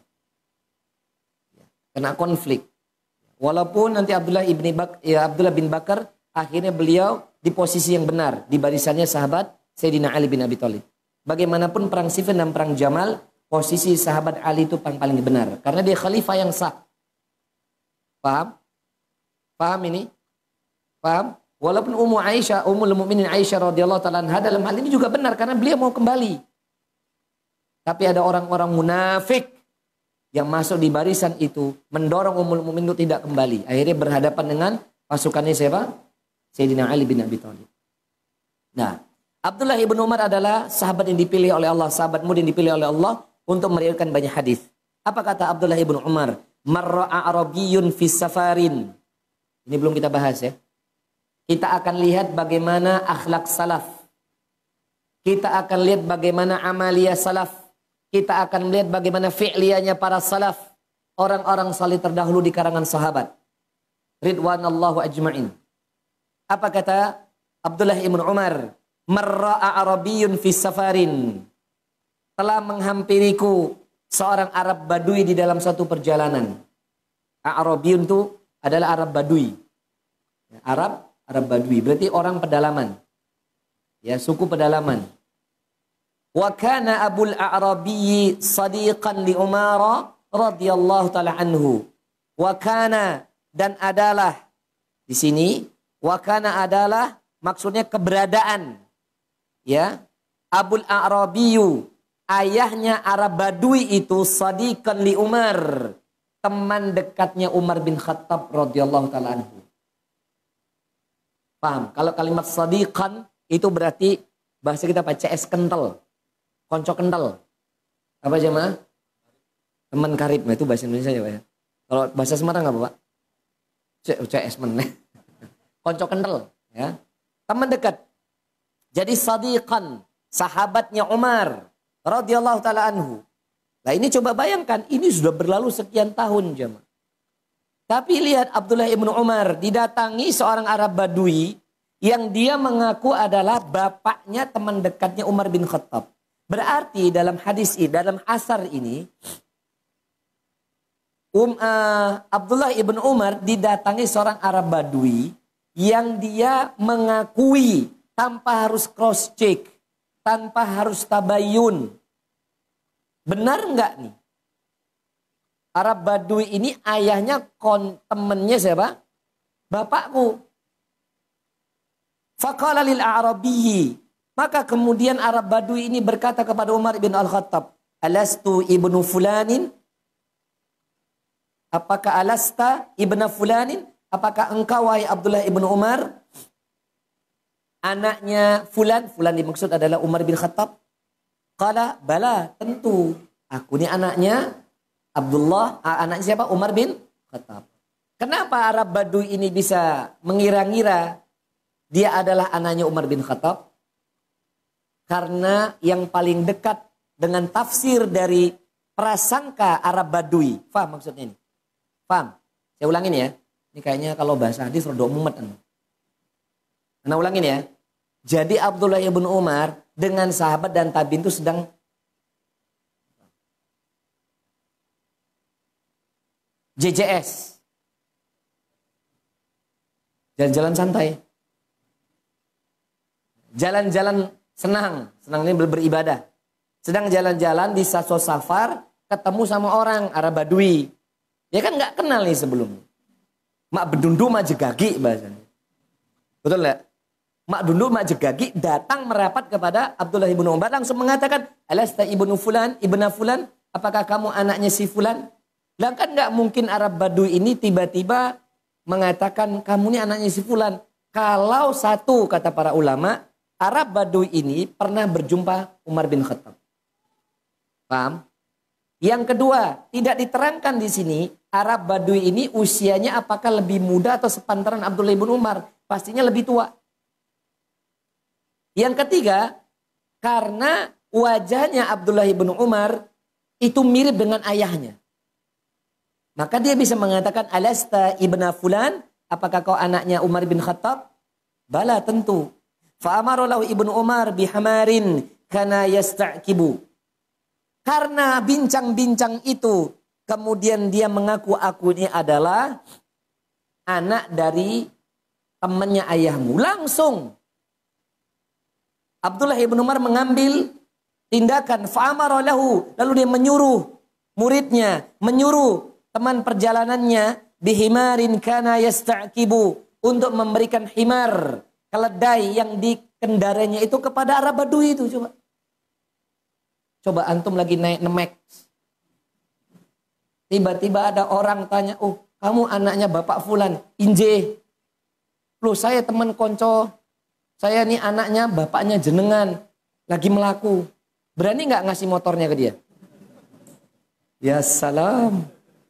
Kena konflik. Walaupun nanti Abdullah bin Bakar akhirnya beliau di posisi yang benar. Di barisannya sahabat Sayyidina Ali bin Abi Thalib. Bagaimanapun perang Siffin dan perang Jamal, posisi sahabat Ali itu paling benar. Karena dia khalifah yang sah. Paham? Paham ini? Paham? Walaupun Ummul Mukminin Aisyah radhiyallahu taala anha dalam hal ini juga benar karena beliau mau kembali. Tapi ada orang-orang munafik yang masuk di barisan itu mendorong Ummul Mukminin itu tidak kembali. Akhirnya berhadapan dengan pasukannya siapa? Sayyidina Ali bin Abi Thalib. Nah, Abdullah ibn Umar adalah sahabat yang dipilih oleh Allah, sahabat muda yang dipilih oleh Allah untuk meriwayatkan banyak hadis. Apa kata Abdullah ibn Umar? Marra'a Arabiyyun fis safarin. Ini belum kita bahas ya. Kita akan lihat bagaimana akhlak salaf. Kita akan lihat bagaimana amaliyah salaf. Kita akan melihat bagaimana fi'liyahnya para salaf. Orang-orang salih terdahulu di karangan sahabat. Ridwanallahu ajma'in. Apa kata Abdullah ibn Umar? Marra'a Arabiyyun fis safarin. telah menghampiriku seorang Arab Badui di dalam satu perjalanan. A'rabiyun itu adalah Arab Badui. Arab Badui berarti orang pedalaman. Ya, suku pedalaman. Wa kana Abul A'rabi sadiqan li Umar radhiyallahu taala anhu. Wa kana, dan adalah di sini wa kana adalah maksudnya keberadaan. Ya. Abul A'rabiyu, ayahnya Arab Badui itu sadiqan li Umar, teman dekatnya Umar bin Khattab radhiyallahu taala anhu. Paham? Kalau kalimat sadiqan itu berarti bahasa kita apa? CS kental. Konco kental. Apa jemaah? Teman karib. Nah, itu bahasa Indonesia ya, Pak ya. Kalau bahasa Semarang apa, Pak? CS meneh. Konco kental, ya. Teman dekat. Jadi sadiqan, sahabatnya Umar radhiyallahu taala anhu. Nah, ini coba bayangkan, ini sudah berlalu sekian tahun, jemaah. Tapi lihat Abdullah ibnu Umar didatangi seorang Arab Badui yang dia mengaku adalah bapaknya teman dekatnya Umar bin Khattab. Berarti dalam hadis ini, dalam asar ini, Abdullah ibnu Umar didatangi seorang Arab Badui yang dia mengakui tanpa harus cross check, tanpa harus tabayun. Benar enggak nih? Arab Badui ini ayahnya temennya siapa? Bapakku. Faqala lil A'rabiyyi. Maka kemudian Arab Badui ini berkata kepada Umar bin Al-Khattab, "Alastu ibnu fulanin?" Apakah alasta ibnu fulanin? Apakah engkau wahai Abdullah ibnu Umar anaknya fulan? Fulan dimaksud adalah Umar bin Khattab. Qala, bala, tentu. Aku ini anaknya Abdullah, anaknya siapa? Umar bin Khattab. Kenapa Arab Badui ini bisa mengira-ngira dia adalah anaknya Umar bin Khattab? Karena yang paling dekat dengan tafsir dari prasangka Arab Badui. Faham maksudnya ini? Faham? Saya ulangin ya. Ini kayaknya kalau bahasa hadis rodok mumet. Nah, ulangin ya. Jadi Abdullah ibn Umar dengan sahabat dan tabi'in itu sedang JJS. Jalan-jalan santai. Jalan-jalan senang ini beribadah. Sedang jalan-jalan di Saso Safar, ketemu sama orang Arab Badui. Ya kan nggak kenal nih sebelumnya. Mak bedundu mak jegagi bahasanya. Betul nggak? Mak bedundu mak jegagi datang merapat kepada Abdullah ibn Umar langsung mengatakan, "Alasta ibnu fulan, ibna fulan? Apakah kamu anaknya si fulan?" Lah kan nggak mungkin Arab Badui ini tiba-tiba mengatakan kamu ini anaknya si fulan. Kalau satu kata para ulama, Arab Badui ini pernah berjumpa Umar bin Khattab. Paham? Yang kedua, tidak diterangkan di sini Arab Badui ini usianya apakah lebih muda atau sepantaran Abdullah bin Umar. Pastinya lebih tua. Yang ketiga, karena wajahnya Abdullah bin Umar itu mirip dengan ayahnya. Maka dia bisa mengatakan, "Alasta ibna fulan? Apakah kau anaknya Umar bin Khattab?" Bala, tentu. Fa'amara lahu ibnu Umar bihamarin kana yasta'kibu. Karena bincang-bincang itu, kemudian dia mengaku aku ini adalah anak dari temannya ayahmu. Langsung Abdullah ibn Umar mengambil tindakan. Fa'amara lahu, lalu dia menyuruh muridnya, menyuruh teman perjalanannya bihimarin kana yasta'kibu, untuk memberikan himar, keledai yang dikendaranya itu kepada Arab Badui itu. Coba antum lagi naik nemek. Tiba-tiba ada orang tanya, "Oh, kamu anaknya Bapak Fulan?" "Inje." "Loh, saya teman konco. Saya nih anaknya bapaknya jenengan. Lagi melaku." Berani nggak ngasih motornya ke dia? Ya salam.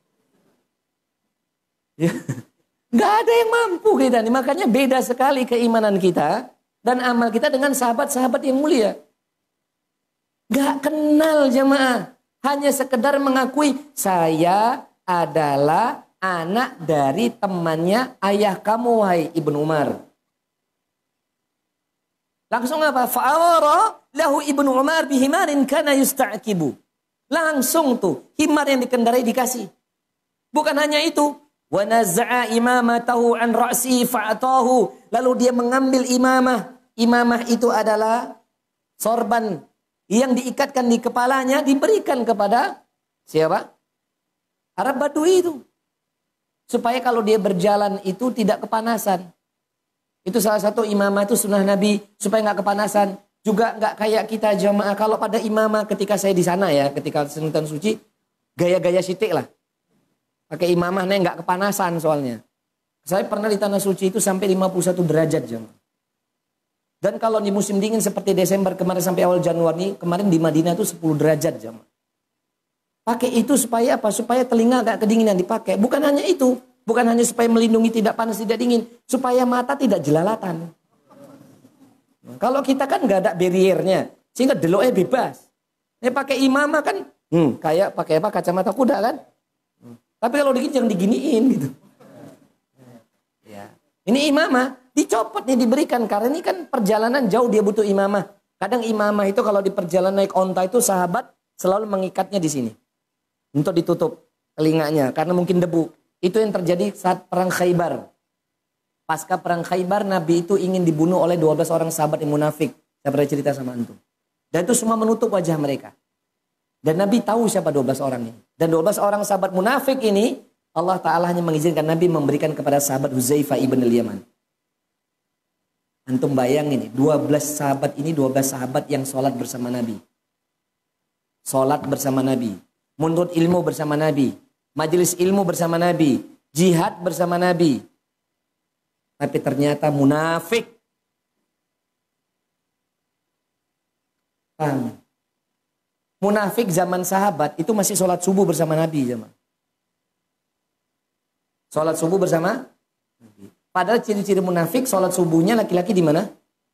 Ya. Nggak ada yang mampu kita nih. Makanya beda sekali keimanan kita dan amal kita dengan sahabat-sahabat yang mulia. Nggak kenal jemaah. Hanya sekedar mengakui saya adalah anak dari temannya ayah kamu, wahai Ibnu Umar. Langsung apa? Fa'awara lahu ibnu Umar bihimarin kana yusta'kibu. Langsung tuh himar yang dikendarai dikasih. Bukan hanya itu. Wa naza'a imamatahu an ra'si fa'atahu. Lalu dia mengambil imamah. Imamah itu adalah sorban yang diikatkan di kepalanya diberikan kepada siapa? Arab Badui itu. Supaya kalau dia berjalan itu tidak kepanasan. Itu salah satu imamah itu sunnah Nabi supaya nggak kepanasan. Juga nggak kayak kita jamaah. Kalau pada imamah ketika saya di sana ya, ketika Tanah Suci, gaya-gaya sitik lah. Pakai imamah nih nggak kepanasan soalnya. Saya pernah di Tanah Suci itu sampai 51 derajat jamaah. Dan kalau di musim dingin seperti Desember kemarin sampai awal Januari, kemarin di Madinah itu 10 derajat jamaah. Pakai itu supaya apa? Supaya telinga agak kedinginan dipakai. Bukan hanya itu. Bukan hanya supaya melindungi tidak panas, tidak dingin. Supaya mata tidak jelalatan. Kalau kita kan nggak ada barriernya. Sehingga deloknya bebas. Ini pakai imamah kan. Kayak pakai apa? Kacamata kuda kan. Tapi kalau dikit jangan diginiin gitu. Ya. Ini imamah. Dicopot nih diberikan. Karena ini kan perjalanan jauh dia butuh imamah. Kadang imamah itu kalau di perjalanan naik onta itu sahabat selalu mengikatnya di sini. Untuk ditutup telinganya. Karena mungkin debu. Itu yang terjadi saat perang Khaybar. Pasca perang Khaybar, Nabi itu ingin dibunuh oleh 12 orang sahabat yang munafik. Saya pernah cerita sama antum. Dan itu semua menutup wajah mereka. Dan Nabi tahu siapa 12 orang ini. Dan 12 orang sahabat munafik ini, Allah Ta'ala hanya mengizinkan Nabi memberikan kepada sahabat Huzaifah ibn al-Yaman. Antum bayangin ini, 12 sahabat ini 12 sahabat yang sholat bersama Nabi. Sholat bersama Nabi. Menuntut ilmu bersama Nabi. Majelis ilmu bersama Nabi. Jihad bersama Nabi. Tapi ternyata munafik. Paham? Munafik zaman sahabat itu masih sholat subuh bersama Nabi. Sholat subuh bersama Nabi. Padahal ciri-ciri munafik sholat subuhnya laki-laki di mana?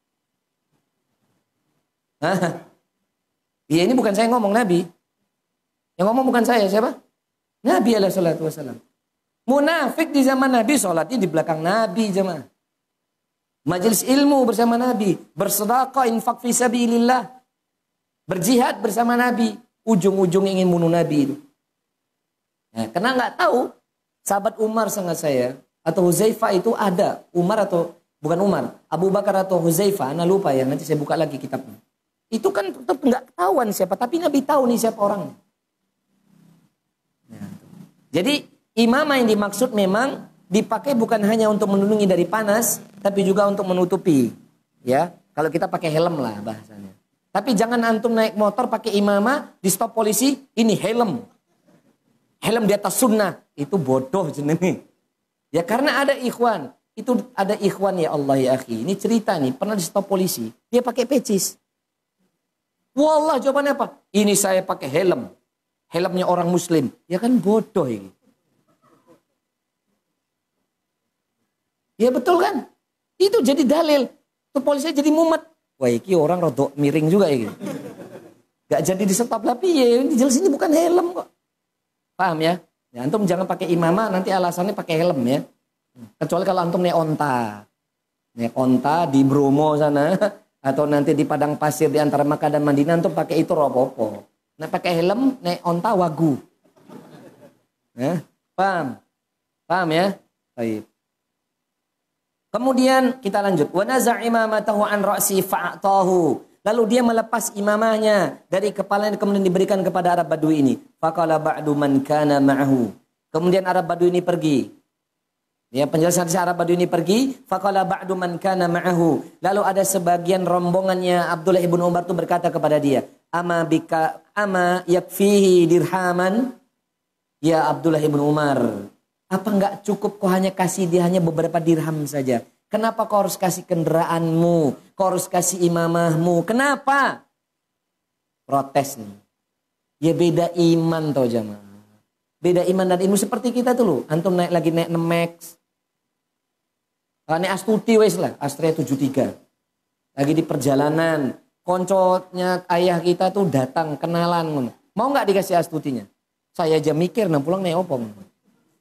Iya, ini bukan saya ngomong, Nabi. Yang ngomong bukan saya, siapa? Nabi alaihi salatu wasallam. Munafik di zaman Nabi sholatnya di belakang Nabi jemaah. Majelis ilmu bersama Nabi, bersedekah, infak fi sabilillah, berjihad bersama Nabi, ujung-ujung ingin bunuh Nabi itu. Nah, karena nggak tahu sahabat Umar sangat saya atau Huzaifah itu ada Umar atau bukan Umar, Abu Bakar atau Huzaifah, ana lupa ya, nanti saya buka lagi kitabnya. Itu kan tetap nggak ketahuan siapa, tapi Nabi tahu nih siapa orangnya. Nah, jadi imamah yang dimaksud memang dipakai bukan hanya untuk melindungi dari panas, tapi juga untuk menutupi. Ya, kalau kita pakai helm lah bahasanya. Tapi jangan antum naik motor pakai imamah, di stop polisi, ini helm. Helm di atas sunnah, itu bodoh jenenge. Ya karena ada ikhwan, itu ada ikhwan ya Allah ya akhi. Ini cerita nih, pernah di stop polisi, dia pakai pecis. Wallah jawabannya apa? Ini saya pakai helm. Helmnya orang muslim. Ya kan bodoh ini. Ya betul kan? Itu jadi dalil. Tuh polisi jadi mumet. Wah iki orang rodok miring juga ya. Gak jadi di stop tapi ya ini jelas ini bukan helm kok. Paham ya? Ya antum jangan pakai imamah nanti alasannya pakai helm ya. Kecuali kalau antum naik onta. Naik onta di Bromo sana. Atau nanti di padang pasir di antara Makkah dan Madinah antum pakai itu ropopo. Nah pakai helm naik onta wagu. Ya, paham? Paham ya? Baik. Kemudian kita lanjut. Wa naza' imamatahu an ra'si fa'atahu. Lalu dia melepas imamahnya dari kepalanya kemudian diberikan kepada Arab Badui ini. Faqala ba'du man kana ma'ahu. Kemudian Arab Badui ini pergi. Ya, penjelasan si Arab Badui ini pergi. Faqala ba'du man kana ma'ahu. Lalu ada sebagian rombongannya Abdullah ibn Umar itu berkata kepada dia, ama yakfihi dirhaman ya Abdullah ibn Umar. Apa enggak cukup kau hanya kasih dia hanya beberapa dirham saja? Kenapa kau harus kasih kendaraanmu? Kau harus kasih imamahmu? Kenapa? Protes nih. Ya beda iman toh jamaah. Beda iman dan ilmu seperti kita tuh loh. Antum naik 6 Max. Naik Astuti wes lah. Astrea 73. Lagi di perjalanan. Konconya ayah kita tuh datang kenalan. Mau nggak dikasih Astutinya? Saya aja mikir nah pulang naik opong.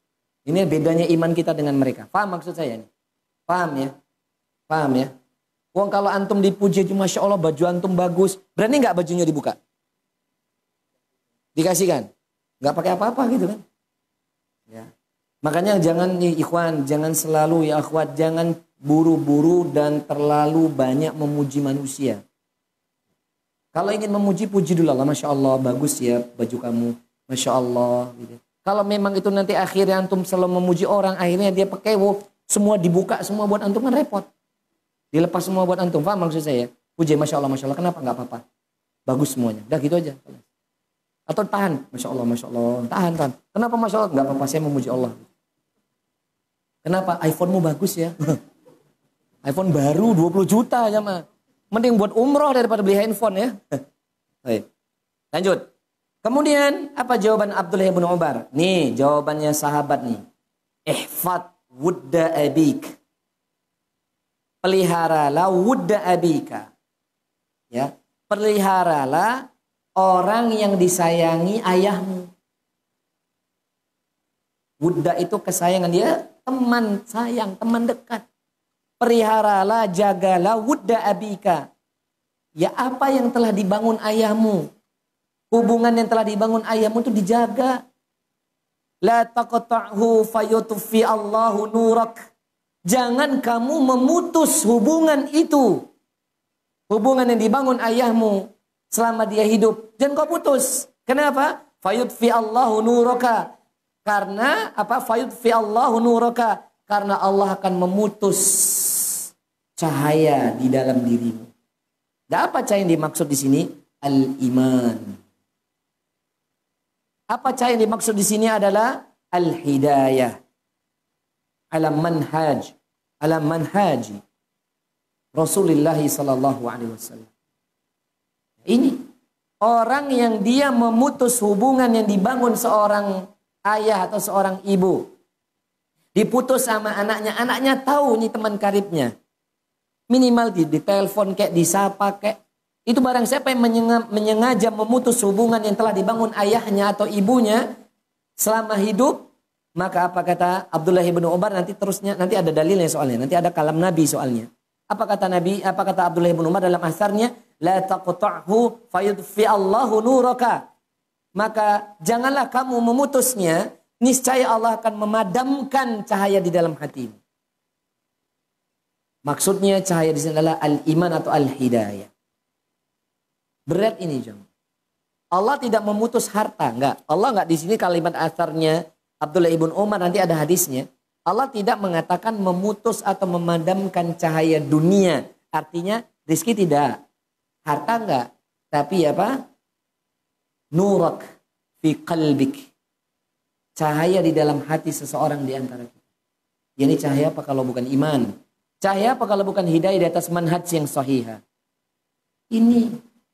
Ini bedanya iman kita dengan mereka. Paham maksud saya nih? Paham ya? Paham ya? Wong kalau antum dipuji, Masya Allah baju antum bagus. Berani nggak bajunya dibuka? Dikasihkan? Nggak pakai apa-apa gitu kan? Ya. Makanya jangan nih ikhwan, jangan selalu ya akhwat, jangan buru-buru dan terlalu banyak memuji manusia. Kalau ingin memuji, puji dulu Allah. Masya Allah, bagus ya baju kamu. Masya Allah. Gitu. Kalau memang itu nanti akhirnya antum selalu memuji orang, akhirnya dia pakai semua dibuka, semua buat antum kan repot. Dilepas semua buat antum. Paham maksud saya? Puji, Masya Allah, Masya Allah. Kenapa? Nggak apa-apa. Bagus semuanya. Udah gitu aja. Atau tahan. Masya Allah, Masya Allah. Tahan. Kenapa Masya Allah? Nggak apa-apa, saya memuji Allah. Kenapa? iPhone-mu bagus ya. iPhone baru 20 juta ya mah. Mending buat umroh daripada beli handphone ya. Baik. Lanjut. Kemudian apa jawaban Abdullah bin Umar? Nih jawabannya sahabat nih. Ihfad wudda abik. Peliharalah wudda abika. Ya. Peliharalah orang yang disayangi ayahmu. Wudda itu kesayangan dia, teman sayang, teman dekat. Peliharalah, jagalah wudda abika. Ya apa yang telah dibangun ayahmu. Hubungan yang telah dibangun ayahmu itu dijaga. La taqta'hu fayutfi Allahu nurak. Jangan kamu memutus hubungan itu. Hubungan yang dibangun ayahmu selama dia hidup. Jangan kau putus. Kenapa? Fayutfi Allahu nuraka. Karena apa? Fayutfi Allahu nuraka. Karena Allah akan memutus cahaya di dalam dirimu. Dan apa cahaya yang dimaksud di sini? Al-iman. Apa cahaya yang dimaksud di sini adalah al-hidayah. Ala manhaji Rasulullah sallallahu alaihi wasallam. Ini orang yang dia memutus hubungan yang dibangun seorang ayah atau seorang ibu. Diputus sama anaknya. Anaknya tahu nih teman karibnya. Minimal di telepon kayak disapa kayak. Itu barang siapa yang menyengaja memutus hubungan yang telah dibangun ayahnya atau ibunya selama hidup. Maka apa kata Abdullah bin Umar, nanti ada dalilnya soalnya. Nanti ada kalam Nabi soalnya. Apa kata Nabi? Apa kata Abdullah bin Umar dalam asarnya? La taqta'hu fayudfi Allahu nuraka. Maka janganlah kamu memutusnya. Niscaya Allah akan memadamkan cahaya di dalam hatimu. Maksudnya cahaya di sini adalah al-iman atau al-hidayah. Berat ini jemaah. Allah tidak memutus harta, enggak. Allah enggak di sini kalimat asarnya Abdullah ibn Umar, nanti ada hadisnya. Allah tidak mengatakan memutus atau memadamkan cahaya dunia. Artinya rizki tidak, harta enggak. Tapi apa? Nurak fi qalbik. Cahaya di dalam hati seseorang di antara kita. Ini cahaya apa kalau bukan iman? Cahaya apa kalau bukan hidayah di atas manhaj yang sahihah? Ini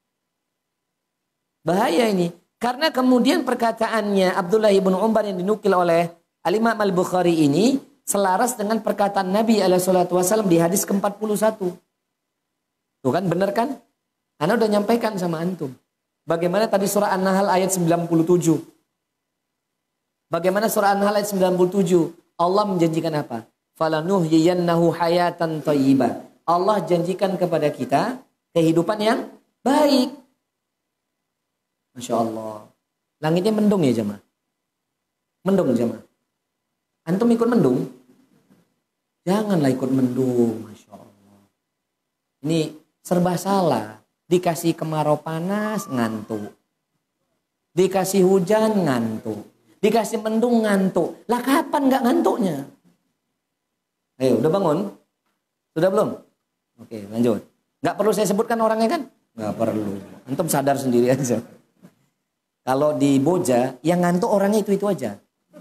bahaya ini. Karena kemudian perkataannya Abdullah ibn Umar yang dinukil oleh Al-Imam Al-Bukhari ini selaras dengan perkataan Nabi SAW di hadis ke-41. Tuh kan benar kan? Ana udah nyampaikan sama antum. Bagaimana tadi surah An-Nahl ayat 97. Bagaimana surah An-Nahl ayat 97? Allah menjanjikan apa? Falanuhyiyannahu hayatan thayyibah. Allah janjikan kepada kita kehidupan yang baik. Masya Allah. Langitnya mendung ya jemaah. Mendung jemaah. Antum ikut mendung? Janganlah ikut mendung. Masya Allah. Ini serba salah. Dikasih kemarau panas, ngantuk. Dikasih hujan, ngantuk. Dikasih mendung, ngantuk. Lah kapan gak ngantuknya? Ayo, udah bangun? Sudah belum? Oke, lanjut. Gak perlu saya sebutkan orangnya kan? Gak perlu. Antum sadar sendiri aja. Kalau di Boja, yang ngantuk orangnya itu aja.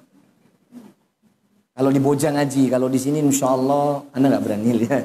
Kalau di Boja ngaji, kalau di sini insya Allah Anda gak berani lihat.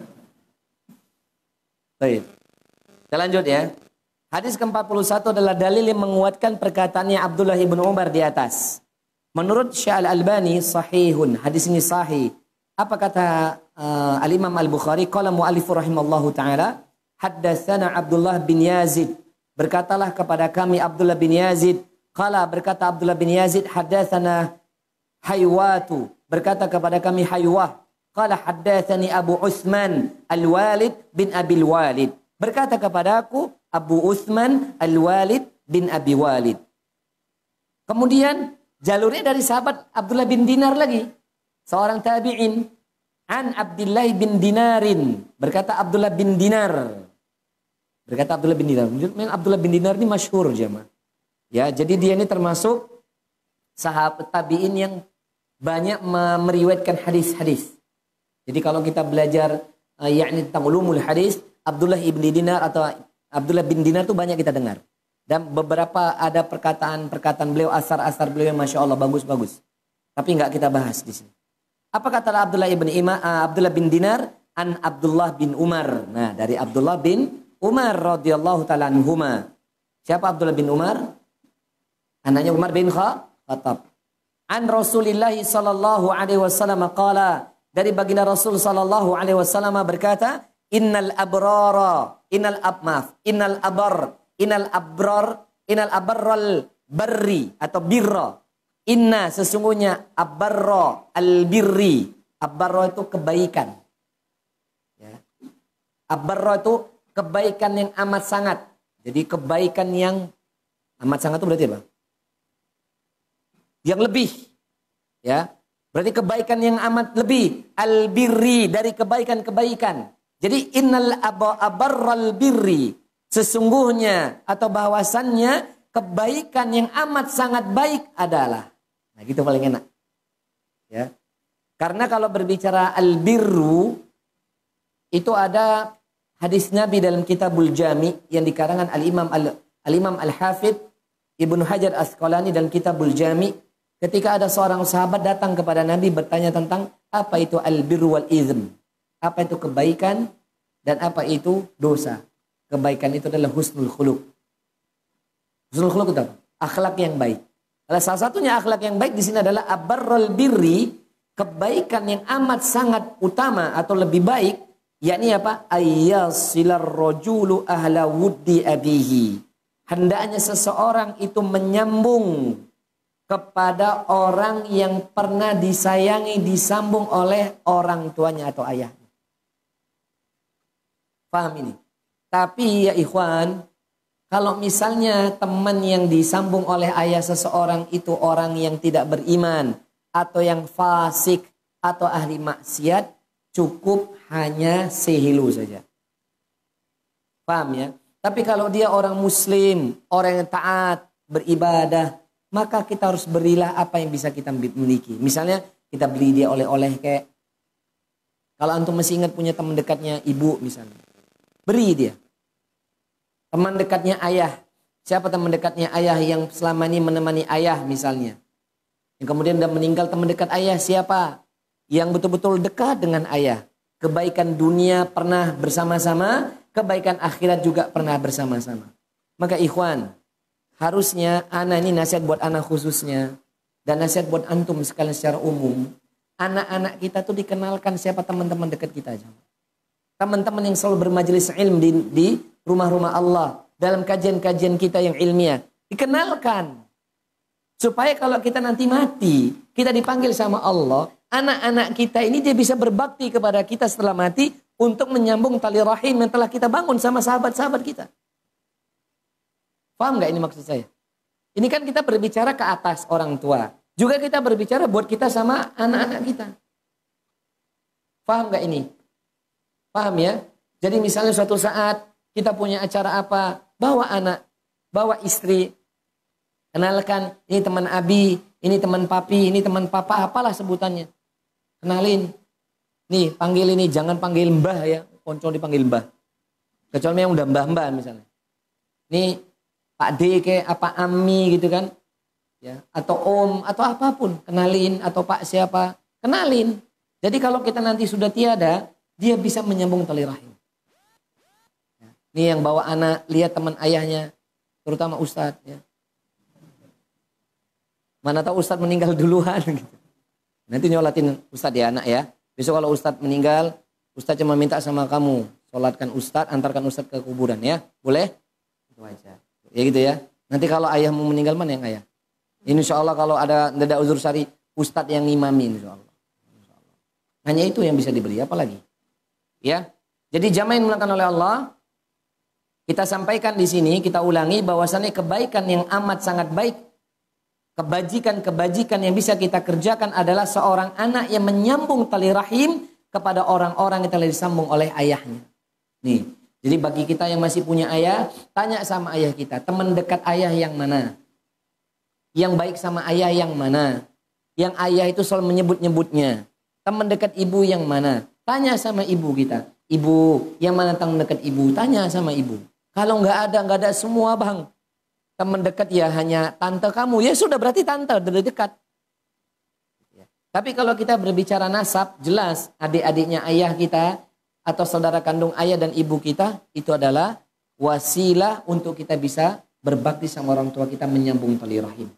Baik. Kita lanjut ya. Hadis ke-41 adalah dalil yang menguatkan perkataannya Abdullah ibn Umar di atas. Menurut Syekh Al-Albani sahihun. Hadis ini sahih. Apa kata Al-Imam Al-Bukhari? Qala mu'allifu rahimallahu ta'ala. Haddatsana Abdullah bin Yazid. Berkatalah kepada kami Abdullah bin Yazid. Qala berkata Abdullah bin Yazid. Haddatsana Haywatu. Berkata kepada kami Haywah. qala haddatsani Abu Utsman Al-Walid bin Abil Walid. Berkata kepadaku Abu Utsman Al-Walid bin Abi Walid. Kemudian jalurnya dari sahabat Abdullah bin Dinar lagi, seorang tabi'in. An Abdullah bin Dinarin. Berkata Abdullah bin Dinar. Berkata Abdullah bin Dinar. Abdullah bin Dinar ini masyhur jemaah. Ya, jadi dia ini termasuk sahabat tabi'in yang banyak meriwayatkan hadis-hadis. Jadi kalau kita belajar yakni tentang ulumul hadis, Abdullah bin Dinar atau Abdullah bin Dinar itu banyak kita dengar. Dan beberapa ada perkataan beliau, asar-asar beliau yang Masya Allah bagus-bagus. Tapi nggak kita bahas di sini. Apa kata Abdullah bin Dinar? An Abdullah bin Umar. Nah, dari Abdullah bin Umar radhiyallahu ta'ala anhuma. Siapa Abdullah bin Umar? Anaknya Umar bin Khattab. An Rasulillah sallallahu alaihi wasallam qala, dari baginda Rasul sallallahu alaihi wasallam berkata, innal abarral barri atau birra. Inna sesungguhnya abarra al birri. Abarra itu kebaikan. Ya. Abarra itu kebaikan yang amat sangat. Jadi kebaikan yang amat sangat itu berarti apa? Yang lebih. Ya. Berarti kebaikan yang amat lebih. Al birri, dari kebaikan-kebaikan. Jadi innal abarral birri, sesungguhnya atau bahwasannya kebaikan yang amat sangat baik adalah. Nah, gitu paling enak. Ya. Karena kalau berbicara al birru itu ada hadis Nabi dalam Kitabul Jami yang dikarangan Al-Imam Al-Hafidh Ibnu Hajar Asqalani dalam Kitabul Jami, ketika ada seorang sahabat datang kepada Nabi bertanya tentang apa itu al-birru wal izm. Apa itu kebaikan dan apa itu dosa. Kebaikan itu adalah husnul khuluq. Husnul khuluq itu apa? Akhlak yang baik. Salah satunya akhlak yang baik di sini adalah abarrul birri, kebaikan yang amat sangat utama atau lebih baik, yakni apa? Ayyasilar rajulu ahla wuddi abihi. Hendaknya seseorang itu menyambung kepada orang yang pernah disayangi, disambung oleh orang tuanya atau ayahnya. Paham ini? Tapi ya ikhwan, kalau misalnya teman yang disambung oleh ayah seseorang itu orang yang tidak beriman, atau yang fasik, atau ahli maksiat, cukup hanya sehilu saja. Paham ya? Tapi kalau dia orang muslim, orang yang taat, beribadah, maka kita harus berilah apa yang bisa kita miliki. Misalnya kita beli dia oleh-oleh kayak, kalau antum masih ingat punya teman dekatnya ibu misalnya, beri dia. Teman dekatnya ayah. Siapa teman dekatnya ayah yang selama ini menemani ayah misalnya. Yang kemudian sudah meninggal, teman dekat ayah siapa? Yang betul-betul dekat dengan ayah. Kebaikan dunia pernah bersama-sama, kebaikan akhirat juga pernah bersama-sama. Maka ikhwan, harusnya ana ini nasihat buat ana khususnya. Dan nasihat buat antum sekalian secara umum. Anak-anak kita tuh dikenalkan siapa teman-teman dekat kita aja. Teman-teman yang selalu bermajelis ilmu di rumah-rumah Allah, dalam kajian-kajian kita yang ilmiah, dikenalkan. Supaya kalau kita nanti mati, kita dipanggil sama Allah, anak-anak kita ini dia bisa berbakti kepada kita setelah mati untuk menyambung tali rahim yang telah kita bangun sama sahabat-sahabat kita. Paham nggak ini maksud saya? Ini kan kita berbicara ke atas orang tua. Juga kita berbicara buat kita sama anak-anak kita. Paham nggak ini? Paham ya? Jadi misalnya suatu saat kita punya acara apa, bawa anak, bawa istri, kenalkan, ini teman Abi, ini teman Papi, ini teman Papa, apalah sebutannya. Kenalin, nih panggil ini, jangan panggil Mbah ya, poncol dipanggil Mbah. Kecuali yang udah Mbah-Mbah misalnya. Nih Pak D kayak apa Ami gitu kan, ya, atau Om, atau apapun, kenalin, atau Pak siapa, kenalin. Jadi kalau kita nanti sudah tiada, dia bisa menyambung tali rahim. Ini yang bawa anak, lihat teman ayahnya, terutama ustadz. Ya. Mana tahu ustadz meninggal duluan. Gitu. Nanti nyolatin ustadz ya anak ya. Besok kalau ustadz meninggal, ustadz cuma minta sama kamu, sholatkan ustadz, antarkan ustadz ke kuburan ya. Boleh? Itu aja. Ya gitu ya. Nanti kalau ayahmu meninggal mana yang ayah? Insya Allah kalau ada uzur syari, ustadz yang ngimamin insya Allah. Hanya itu yang bisa diberi, apalagi. Ya. Jadi jamaah yang dimuliakan oleh Allah, kita sampaikan di sini, kita ulangi bahwasannya kebaikan yang amat sangat baik, kebajikan-kebajikan yang bisa kita kerjakan adalah seorang anak yang menyambung tali rahim kepada orang-orang yang telah disambung oleh ayahnya. Nih, jadi bagi kita yang masih punya ayah, tanya sama ayah kita, teman dekat ayah yang mana? Yang baik sama ayah yang mana? Yang ayah itu selalu menyebut-nyebutnya. Teman dekat ibu yang mana? Tanya sama ibu kita. Ibu, yang mana teman dekat ibu? Tanya sama ibu. Kalau nggak ada semua bang. Teman dekat ya hanya tante kamu. Ya sudah berarti tante dari dekat. Tapi kalau kita berbicara nasab, jelas adik-adiknya ayah kita atau saudara kandung ayah dan ibu kita itu adalah wasilah untuk kita bisa berbakti sama orang tua kita, menyambung tali rahim.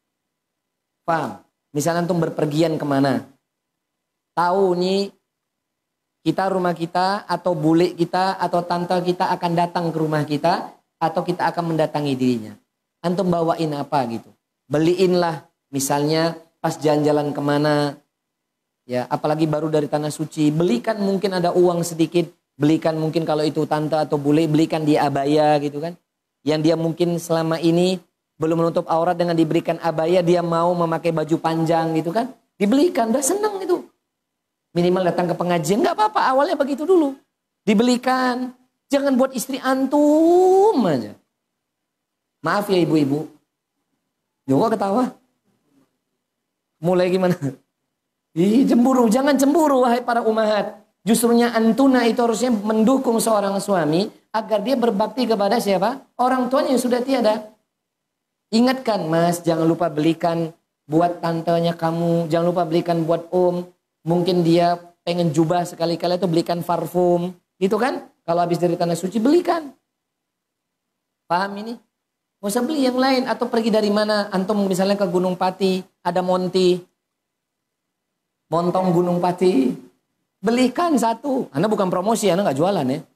Paham? Misalnya antum berpergian kemana? Tahu nih kita rumah kita atau bule kita atau tante kita akan datang ke rumah kita atau kita akan mendatangi dirinya. Antum bawain apa gitu? Beliinlah misalnya pas jalan-jalan kemana, ya apalagi baru dari tanah suci, belikan mungkin ada uang sedikit, belikan mungkin kalau itu tante atau bule, belikan dia abaya gitu kan. Yang dia mungkin selama ini belum menutup aurat, dengan diberikan abaya dia mau memakai baju panjang gitu kan. Dibelikan, udah seneng itu. Minimal datang ke pengajian, nggak apa-apa, awalnya begitu dulu. Dibelikan, jangan buat istri antum aja. Maaf ya ibu-ibu. Kok ketawa? Mulai gimana? Ih, cemburu, jangan cemburu wahai para umahat. Justrunya antuna itu harusnya mendukung seorang suami agar dia berbakti kepada siapa? Orang tuanya yang sudah tiada. Ingatkan mas, jangan lupa belikan buat tantenya kamu, jangan lupa belikan buat om. Mungkin dia pengen jubah sekali-kali itu belikan parfum, gitu kan? Kalau habis dari tanah suci belikan. Paham ini? Nggak usah beli yang lain. Atau pergi dari mana, antum misalnya ke Gunung Pati, ada Monti, Montong Gunung Pati, belikan satu. Anda bukan promosi, Anda nggak jualan ya.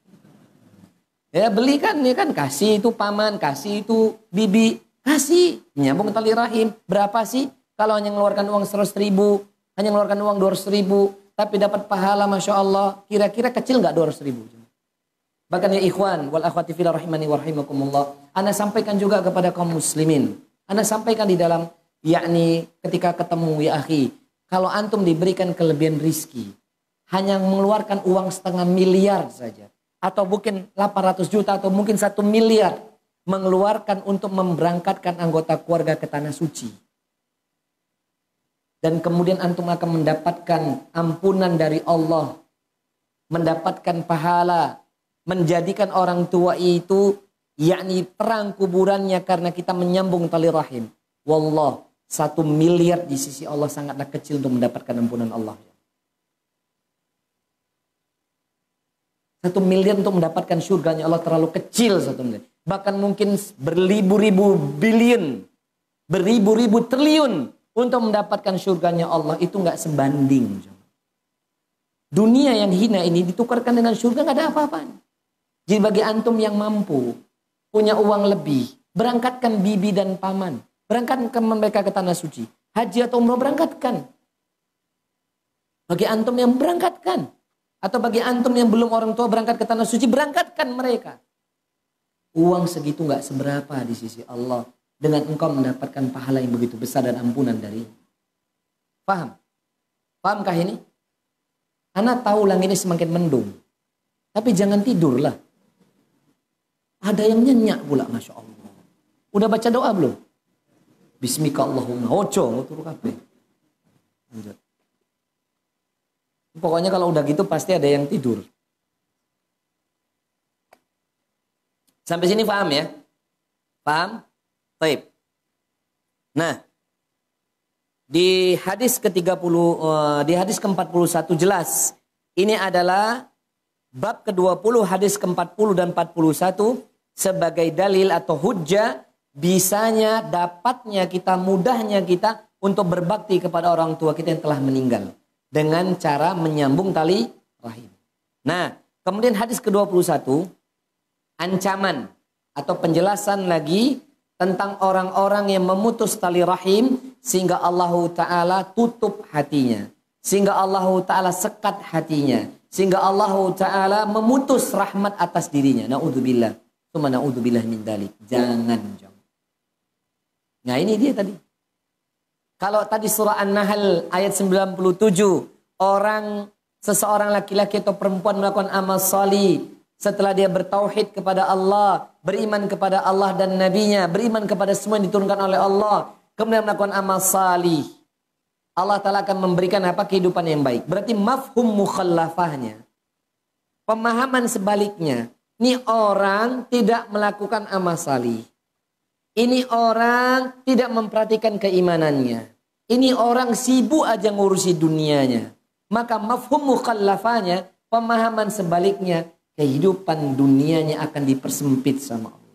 Ya belikan, ya kan, kasih itu paman, kasih itu bibi, kasih. Menyambung tali rahim. Berapa sih? Kalau hanya mengeluarkan uang 100.000, hanya mengeluarkan uang 200.000, tapi dapat pahala Masya Allah, kira-kira kecil nggak 200.000? Bahkan ya ikhwan, wal akhwati fillah rahimani wa rahimakumullah, Anda sampaikan juga kepada kaum muslimin. Anda sampaikan di dalam, yakni ketika ketemu ya akhi, kalau antum diberikan kelebihan rizki, hanya mengeluarkan uang 0,5 miliar saja, atau mungkin 800 juta, atau mungkin 1 miliar, mengeluarkan untuk memberangkatkan anggota keluarga ke tanah suci. Dan kemudian antum akan mendapatkan ampunan dari Allah, mendapatkan pahala, menjadikan orang tua itu yakni terang kuburannya karena kita menyambung tali rahim. Wallah, 1 miliar di sisi Allah sangatlah kecil untuk mendapatkan ampunan Allah. 1 miliar untuk mendapatkan surganya Allah terlalu kecil 1 miliar. Bahkan mungkin beribu-ribu bilion, beribu-ribu triliun untuk mendapatkan surganya Allah itu nggak sebanding. Dunia yang hina ini ditukarkan dengan surga nggak ada apa-apanya. Jadi bagi antum yang mampu, punya uang lebih, berangkatkan bibi dan paman, berangkatkan mereka ke tanah suci, haji atau umroh berangkatkan. Bagi antum yang berangkatkan, atau bagi antum yang belum orang tua berangkat ke tanah suci, berangkatkan mereka. Uang segitu nggak seberapa di sisi Allah, dengan engkau mendapatkan pahala yang begitu besar dan ampunan dari. Paham? Pahamkah ini? Anak tahu langit ini semakin mendung, tapi jangan tidurlah. Ada yang nyenyak pula, Masya Allah. Udah baca doa belum? Bismika Allahumma. Ojo, turu kabeh. Pokoknya kalau udah gitu pasti ada yang tidur. Sampai sini paham ya? Paham? Baik. Nah, di hadis ke-30, di hadis ke-41 jelas. Ini adalah bab ke-20, hadis ke-40 dan 41 sebagai dalil atau hujjah bisanya, dapatnya kita, mudahnya kita untuk berbakti kepada orang tua kita yang telah meninggal dengan cara menyambung tali rahim. Nah, kemudian hadis ke-21 ancaman atau penjelasan lagi tentang orang-orang yang memutus tali rahim sehingga Allah Ta'ala tutup hatinya. Sehingga Allah Ta'ala sekat hatinya. Sehingga Allah Ta'ala memutus rahmat atas dirinya. Na'udzubillah. Tsumma na'udzubillah min dalik. Jangan. Nah ini dia tadi. Kalau tadi surah An-Nahl ayat 97. Seseorang laki-laki atau perempuan melakukan amal salih. Setelah dia bertauhid kepada Allah. Beriman kepada Allah dan Nabi-Nya. Beriman kepada semua yang diturunkan oleh Allah. Kemudian melakukan amal salih. Allah Ta'ala akan memberikan apa? Kehidupan yang baik. Berarti mafhum mukhallafahnya. Pemahaman sebaliknya. Ini orang tidak melakukan amal salih. Ini orang tidak memperhatikan keimanannya. Ini orang sibuk aja ngurusi dunianya. Maka mafhum mukhallafahnya, pemahaman sebaliknya, kehidupan dunianya akan dipersempit sama Allah.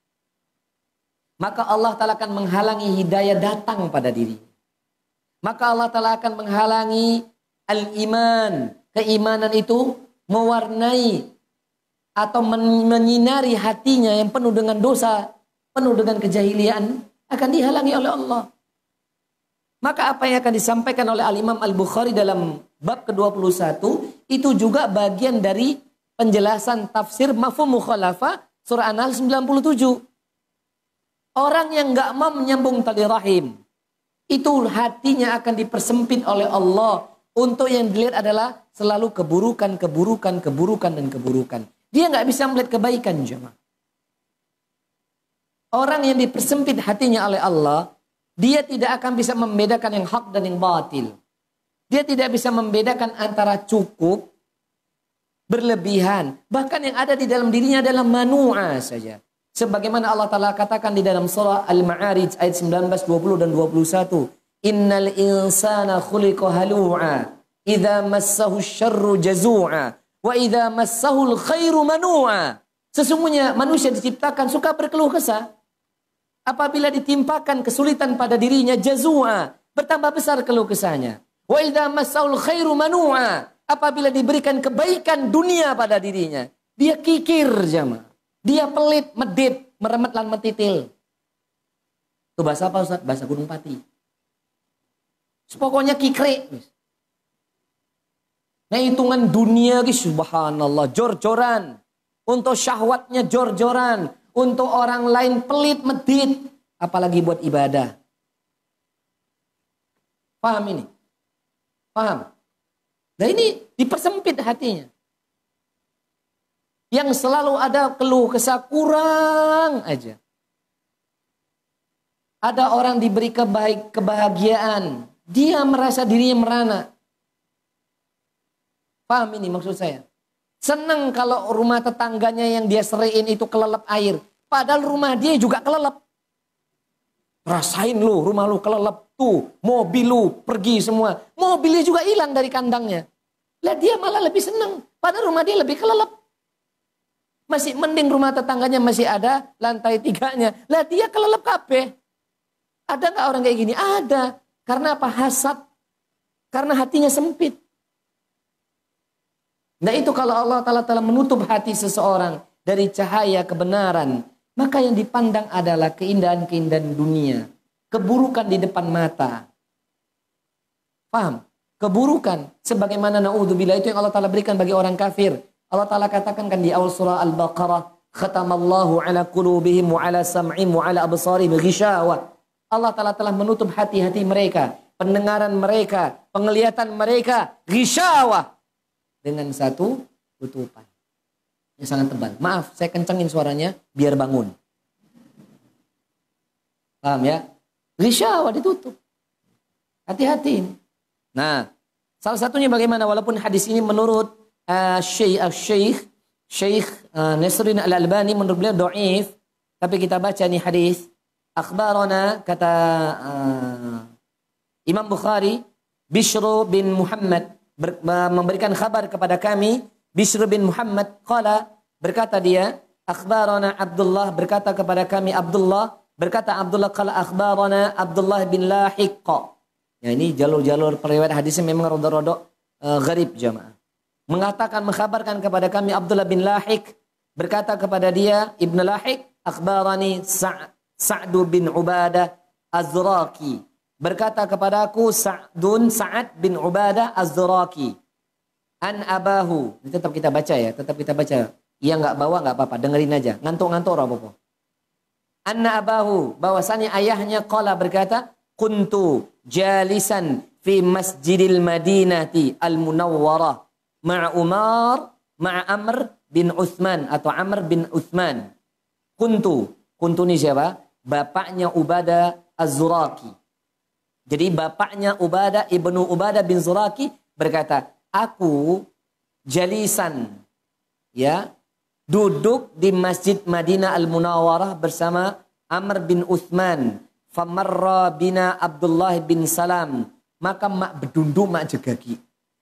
Maka Allah Ta'ala akan menghalangi hidayah datang pada diri. Maka Allah Ta'ala akan menghalangi al-iman. Keimanan itu mewarnai atau menyinari hatinya yang penuh dengan dosa, penuh dengan kejahilian, akan dihalangi oleh Allah. Maka apa yang akan disampaikan oleh Al-Imam Al-Bukhari dalam bab ke-21, itu juga bagian dari penjelasan tafsir mafhum mukhalafah surah An-Nahl 97. Orang yang nggak mau menyambung tali rahim, itu hatinya akan dipersempit oleh Allah. Untuk yang dilihat adalah selalu keburukan, keburukan, keburukan, dan keburukan. Dia nggak bisa melihat kebaikan, jemaah. Orang yang dipersempit hatinya oleh Allah, dia tidak akan bisa membedakan yang hak dan yang batil. Dia tidak bisa membedakan antara cukup, berlebihan. Bahkan yang ada di dalam dirinya adalah manu'a saja. Sebagaimana Allah Ta'ala katakan di dalam surah Al-Ma'arij ayat 19, 20 dan 21. Innal insana khuliqa halu'a. Idza massahu syarru jazu'a. Wa idza massahu khairu manu'a. Sesungguhnya manusia diciptakan suka berkeluh kesah. Apabila ditimpakan kesulitan pada dirinya, jazu'a. Bertambah besar keluh kesahnya. Wa idza massahu khairu manu'a. Apabila diberikan kebaikan dunia pada dirinya, dia kikir, jamaah. Dia pelit, medit, meremet lan metitil. Itu bahasa apa, Ustaz? Bahasa Gunung Pati. Pokoknya kikrik. Nah, hitungan dunia subhanallah, jor-joran. Untuk syahwatnya jor-joran. Untuk orang lain pelit, medit. Apalagi buat ibadah. Paham ini? Paham? Nah ini dipersempit hatinya. Yang selalu ada keluh kesah kurang aja. Ada orang diberi kebahagiaan. Dia merasa dirinya merana. Paham ini maksud saya? Senang kalau rumah tetangganya yang dia seriin itu kelelep air. Padahal rumah dia juga kelelep. Rasain lu, rumah lu kelelep. Tuh, mobil lu pergi semua. Mobilnya juga hilang dari kandangnya. Lah dia malah lebih senang. Padahal rumah dia lebih kelelep. Masih mending rumah tetangganya masih ada lantai 3-nya. Lah dia kelelep kabeh. Ada nggak orang kayak gini? Ada. Karena apa? Hasad. Karena hatinya sempit. Nah itu kalau Allah Ta'ala menutup hati seseorang dari cahaya kebenaran, maka yang dipandang adalah keindahan-keindahan dunia. Keburukan di depan mata. Paham? Keburukan. Sebagaimana na'udzubillah itu yang Allah Ta'ala berikan bagi orang kafir. Allah Ta'ala katakan kan di awal surah Al-Baqarah. Khatamallahu ala qulubihim wa ala sam'im wa ala absarihim ghishawah. Allah Ta'ala telah menutup hati-hati mereka. Pendengaran mereka. Penglihatan mereka. Ghishawah. Dengan satu tutupan. Yang sangat tebal. Maaf, saya kencengin suaranya biar bangun. Paham ya? Ghishawah ditutup. Hati-hati. Nah, salah satunya bagaimana? Walaupun hadis ini menurut Syekh Nasruddin Al-Albani menurut beliau dhaif, tapi kita baca nih hadis. Akhbarana kata Imam Bukhari, Bishr bin Muhammad memberikan kabar kepada kami. Bishr bin Muhammad qala, berkata dia, akhbarana Abdullah, berkata kepada kami Abdullah, berkata Abdullah qala akhbarana Abdullah bin Lahiq. Ya ini jalur-jalur periwayat hadisnya memang rodok-rodok gharib jamaah. Mengkabarkan kepada kami Abdullah bin Lahiq, berkata kepada dia Ibn Lahiq, akhbarani Sa'd bin Ubadah Az-Zuraqi, berkata kepadaku Sa'ad bin Ubadah Az-Zuraki an abahu. Ini tetap kita baca ya, tetap kita baca. Yang nggak bawa nggak apa-apa, dengerin aja. Ngantuk-ngantuk ora apa-apa. Anna abahu, bahwasanya ayahnya qala berkata, kuntu jalisan fi masjidil Madinati al-Munawwarah ma'a Umar ma'a Amr bin Uthman atau Amr bin Uthman. Kuntu ini siapa? Bapaknya Ubadah Az-Zuraki. Jadi bapaknya Ubadah ibnu Ubadah bin Zuraki berkata, aku jalisan, ya, duduk di Masjid Madinah Al-Munawwarah bersama Amr bin Uthman. Famarra bina Abdullah bin Salam. Maka mak bedundu mak jegagi.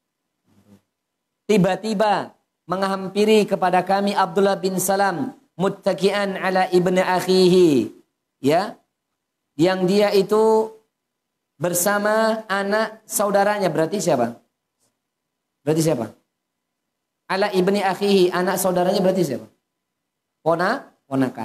Tiba-tiba menghampiri kepada kami Abdullah bin Salam. Muttaki'an ala ibni akhihi. Ya. Yang dia itu bersama anak saudaranya. Berarti siapa? Berarti siapa? Ala ibni akhihi, anak saudaranya berarti siapa? Ponakan.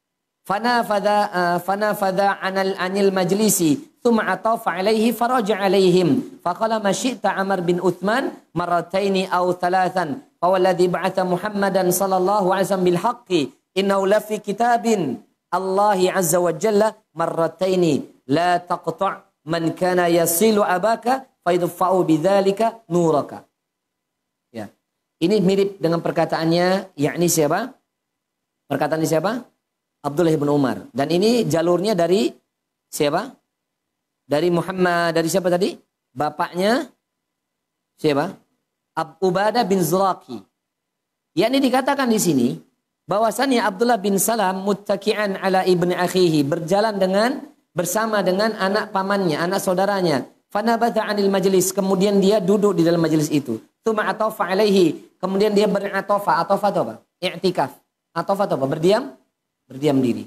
Fanafadha anil majlisi thumma atafa alaihi faraja alaihim faqala ma syi'ta Amr bin Uthman marrataini aw thalathan fawalladhi ba'atha Muhammadan sallallahu alaihi wasallam bil haqqi innahu la fi kitabin Allah azza wa jalla marrataini la taqta' man kana yasilu abaka fayudfa'u bidzalika nuraka. Ya. Ini mirip dengan perkataannya, yakni siapa? Perkataan siapa? Abdullah bin Umar. Dan ini jalurnya dari siapa? Dari Muhammad, dari siapa tadi? Bapaknya siapa? Ubadah bin Zuraki. Yakni dikatakan di sini bahwasannya Abdullah bin Salam muttaki'an ala ibni akhihi, berjalan bersama dengan anak pamannya, anak saudaranya. Fanabatha 'anil majlis, kemudian dia duduk di dalam majlis itu. Tsumma atafa alaihi, kemudian dia beratofa. Atofa itu apa? I'tikaf. Atofa itu apa? Berdiam diri.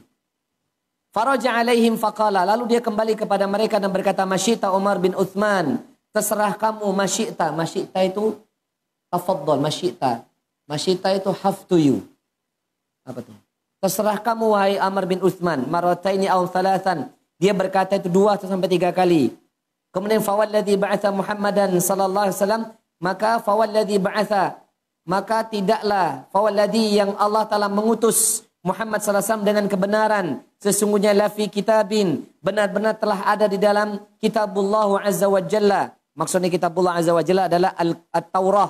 Faraja alaihim faqala, lalu dia kembali kepada mereka dan berkata, masyita Umar bin Uthman, terserah kamu. Masyita itu tafaddal. Masyita itu have to you. Apa tuh? Terserah kamu wahai Amr bin Uthman, marataini aw thalathan. Dia berkata itu 2 sampai 3 kali. Kemudian fawalladhi ba'atha Muhammadan sallallahu alaihi wasallam, maka fawalladhi ba'atha, maka tidaklah fawalladhi yang Allah Ta'ala mengutus Muhammad sallallahu alaihi wasallam dengan kebenaran, sesungguhnya lafi kitabin, benar-benar telah ada di dalam kitabullah azza wa jalla. Maksudnya kitabullah azza wa jalla adalah At-Taurah.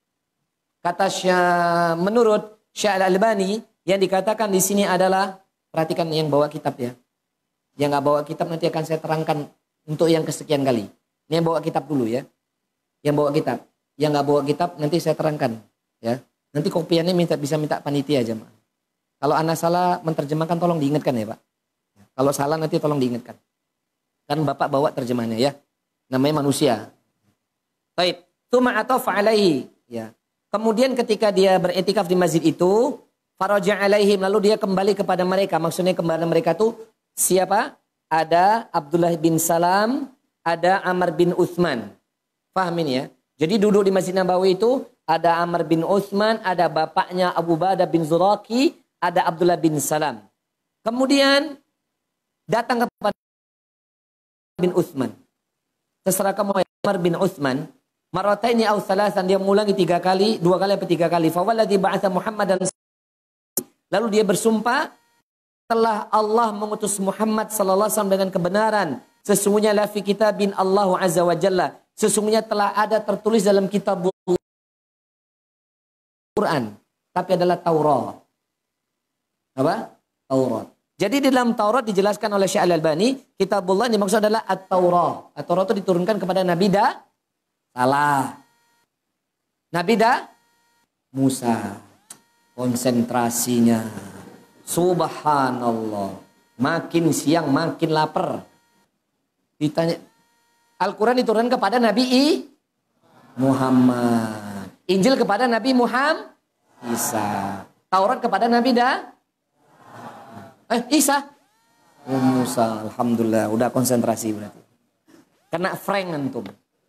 Kata menurut Syekh Al-Albani, yang dikatakan di sini adalah, perhatikan yang bawa kitab ya. Yang nggak bawa kitab nanti akan saya terangkan untuk yang kesekian kali. Ini yang bawa kitab dulu ya. Yang bawa kitab. Yang nggak bawa kitab nanti saya terangkan ya. Nanti kopiannya bisa minta panitia aja, Mak. Kalau Anda salah menerjemahkan tolong diingatkan ya, Pak. Kalau salah nanti tolong diingatkan. Kan Bapak bawa terjemahannya ya. Namanya manusia. Baik, tsumma atafa alaihi ya. Kemudian ketika dia beretikaf di masjid itu, faraja alaihim, lalu dia kembali kepada mereka. Maksudnya kepada mereka tuh siapa? Ada Abdullah bin Salam, ada Amr bin Uthman. Fahamin ya. Jadi duduk di Masjid Nabawi itu ada Amr bin Uthman, ada bapaknya Abu Ubadah bin Zuraki, ada Abdullah bin Salam. Kemudian datang kepada bin Uthman. Terserah kamu Amr bin Uthman. Marataini aw thalathan, dia mengulangi 3 kali, 2 kali atau 3 kali. Fawalladhi ba'atha Muhammadan, lalu dia bersumpah, telah Allah mengutus Muhammad sallallahu alaihi wasallam dengan kebenaran. Sesungguhnya la fi kitabin Allah azza wa jalla. Sesungguhnya telah ada tertulis dalam kitab Quran, tapi adalah Taurat. Apa? Taurat. Jadi di dalam Taurat dijelaskan oleh Syekh Al-Albani, kitabullah ini maksud adalah At-Taurat. At-Taurat itu diturunkan kepada Nabi salah. Nabi Musa. Konsentrasinya. Subhanallah. Makin siang makin lapar. Ditanya, Al-Quran diturunkan kepada Nabi Muhammad. Injil kepada Nabi Muhammad Isa. Taurat kepada Nabi Isa. Musa. Alhamdulillah. Udah konsentrasi berarti. Kena frank antum.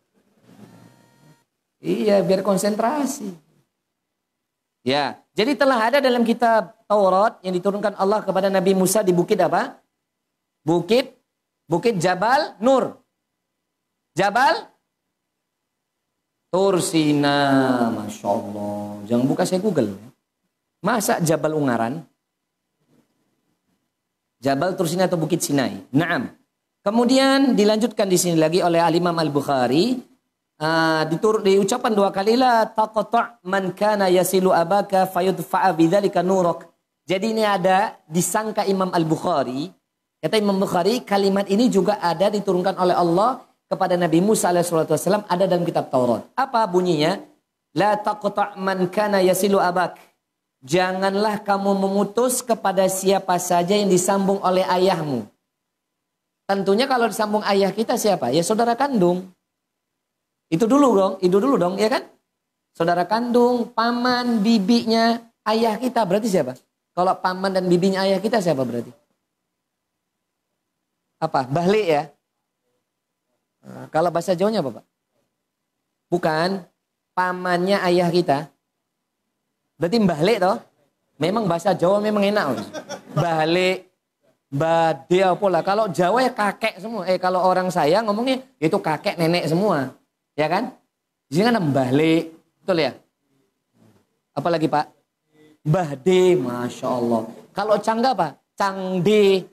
Iya, biar konsentrasi. Ya, jadi telah ada dalam kitab Taurat yang diturunkan Allah kepada Nabi Musa di bukit apa? Bukit Jabal Nur. Jabal Tursina. Masya Allah. Jangan buka saya Google. Masa Jabal Ungaran? Jabal Tursina atau Bukit Sinai? Naam. Kemudian dilanjutkan di sini lagi oleh Al-Imam Al-Bukhari. Diucapkan 2 kali, la taqta' man kana yasilu abaka fayudfa'a bidzalika nuruk. Jadi ini ada disangka Imam Al-Bukhari. Kata Imam Bukhari, kalimat ini juga ada diturunkan oleh Allah kepada Nabi Musa alaihissalam, ada dalam kitab Taurat. Apa bunyinya? La taqta' man kana yasilu abak. Janganlah kamu memutus kepada siapa saja yang disambung oleh ayahmu. Tentunya kalau disambung ayah kita siapa? Ya saudara kandung. Itu dulu dong, ya kan? Saudara kandung, paman, bibinya ayah kita berarti siapa? Kalau paman dan bibinya ayah kita siapa berarti? Apa? Bahli ya? Kalau bahasa Jawanya apa, Pak? Bukan. Pamannya ayah kita. Berarti mbahli toh? Memang bahasa Jawa memang enak. Bahli, bade apa lah. Kalau Jawa ya kakek semua. Kalau orang saya ngomongnya itu kakek nenek semua. Ya kan? Di sini kan mbahli. Betul ya? Apalagi Pak? Bahde, Masya Allah. Kalau cangga Pak? Cangde.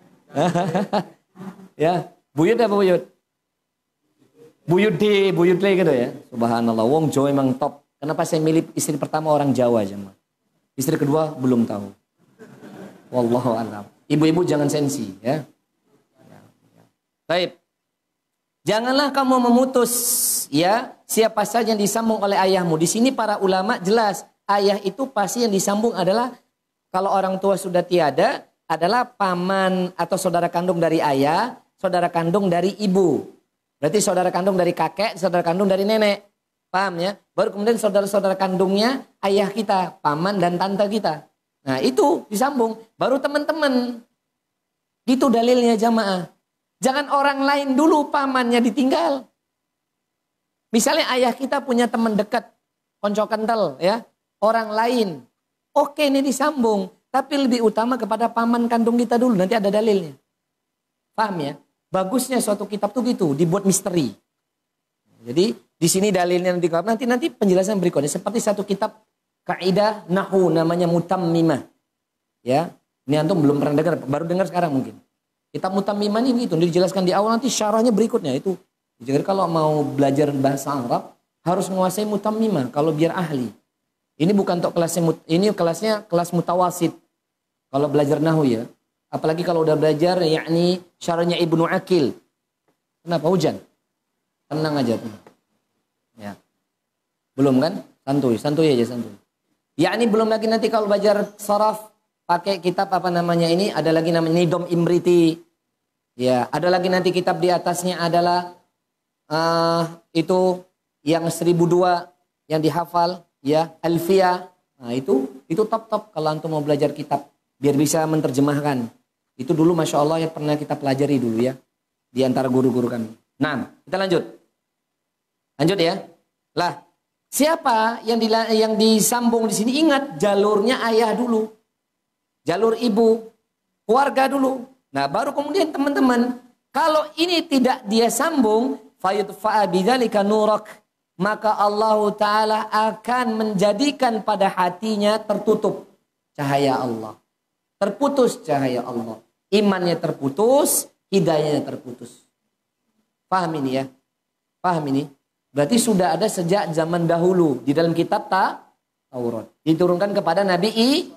Ya, buyut apa buyut? Buyut le gitu ya. Subhanallah, wong Jawa emang top. Kenapa saya milih istri pertama orang Jawa aja, Mas? Istri kedua belum tahu. Wallahu a'lam. Ibu-ibu jangan sensi ya. Baik. Janganlah kamu memutus ya siapa saja yang disambung oleh ayahmu. Di sini para ulama jelas ayah itu pasti yang disambung adalah kalau orang tua sudah tiada adalah paman atau saudara kandung dari ayah, saudara kandung dari ibu. Berarti saudara kandung dari kakek, saudara kandung dari nenek. Paham ya? Baru kemudian saudara-saudara kandungnya ayah kita, paman dan tante kita. Nah itu disambung. Baru teman-teman. Gitu dalilnya jamaah. Jangan orang lain dulu pamannya ditinggal. Misalnya ayah kita punya teman dekat, konco kental ya. Orang lain. Oke ini disambung. Tapi lebih utama kepada paman kandung kita dulu. Nanti ada dalilnya. Paham ya? Bagusnya suatu kitab tuh gitu, dibuat misteri. Jadi di sini dalilnya nanti penjelasan berikutnya seperti satu kitab kaidah nahwu namanya Mutammimah. Ya, ini antum belum pernah dengar, baru dengar sekarang mungkin. Kitab Mutammimah ini gitu, dijelaskan di awal nanti syarahnya berikutnya itu. Jadi kalau mau belajar bahasa Arab harus menguasai Mutammimah kalau biar ahli. Ini bukan untuk kelasnya kelas mutawasid. Kalau belajar nahwu ya. Apalagi kalau udah belajar yakni syarahnya Ibnu Aqil. Kenapa hujan? Tenang aja tuh. Ya. Belum kan? Santuy aja santuy. Yakni belum lagi nanti kalau belajar saraf pakai kitab apa namanya ini, ada lagi namanya Nidom Imriti. Ya, ada lagi nanti kitab di atasnya adalah itu yang 1002 yang dihafal ya, Alfiyah. Nah, itu top kalau antum mau belajar kitab biar bisa menerjemahkan. Itu dulu Masya Allah ya pernah kita pelajari dulu ya. Di antara guru-guru kami. Nah, kita lanjut. Lanjut ya. Lah, siapa yang disambung di sini? Ingat jalurnya ayah dulu. Jalur ibu, keluarga dulu. Nah, baru kemudian teman-teman, kalau ini tidak dia sambung, fayudfa'a bidzalika nurak, maka Allah Ta'ala akan menjadikan pada hatinya tertutup cahaya Allah. Terputus cahaya Allah. Imannya terputus, hidayahnya terputus. Paham ini ya? Paham ini? Berarti sudah ada sejak zaman dahulu di dalam kitab Taurat. Diturunkan kepada Nabi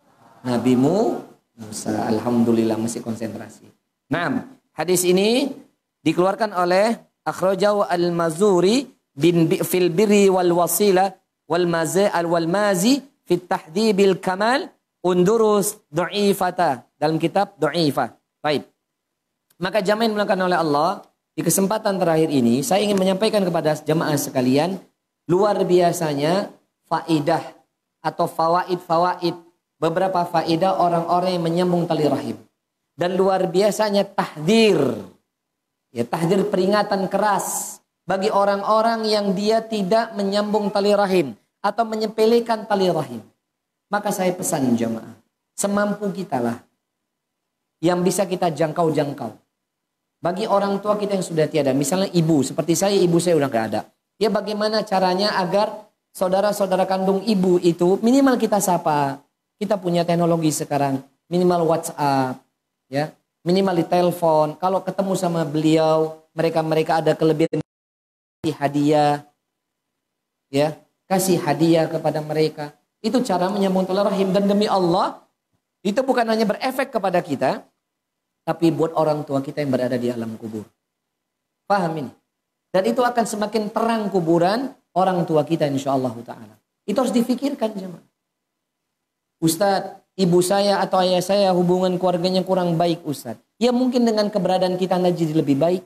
Musa. Alhamdulillah masih konsentrasi. Nah, hadis ini dikeluarkan oleh akhrajahu al-Mazuri fil birri wal wasila wal mazi fit tahdibil kamal undurus du'ifata dalam kitab du'ifah. Baik. Maka jamaah yang dimuliakan oleh Allah, di kesempatan terakhir ini saya ingin menyampaikan kepada jamaah sekalian luar biasanya faidah atau fawaid beberapa faidah orang-orang yang menyambung tali rahim. Dan luar biasanya tahdir. Ya, tahdir peringatan keras bagi orang-orang yang dia tidak menyambung tali rahim atau menyepelekan tali rahim. Maka saya pesan jamaah, semampu kita lah yang bisa kita jangkau. Bagi orang tua kita yang sudah tiada, misalnya ibu, seperti saya, ibu saya udah gak ada. Ya bagaimana caranya agar saudara-saudara kandung ibu itu minimal kita sapa. Kita punya teknologi sekarang, minimal WhatsApp, ya, minimal di telepon. Kalau ketemu sama beliau, mereka ada kelebihan, hadiah, ya, kasih hadiah kepada mereka. Itu cara menyambung rahim, dan demi Allah itu bukan hanya berefek kepada kita, tapi buat orang tua kita yang berada di alam kubur. Paham ini? Dan itu akan semakin terang kuburan orang tua kita insyaallah ta'ala. Itu harus difikirkan jemaah. Ustadz, ibu saya atau ayah saya hubungan keluarganya kurang baik Ustadz. Ya mungkin dengan keberadaan kita jadi lebih baik.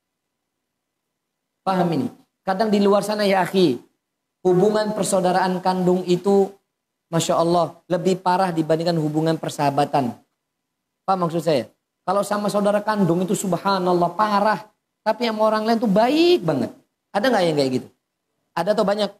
Paham ini? Kadang di luar sana ya akhi, hubungan persaudaraan kandung itu Masya Allah lebih parah dibandingkan hubungan persahabatan. Paham maksud saya? Kalau sama saudara kandung itu subhanallah parah. Tapi sama orang lain tuh baik banget. Ada nggak yang kayak gitu? Ada atau banyak?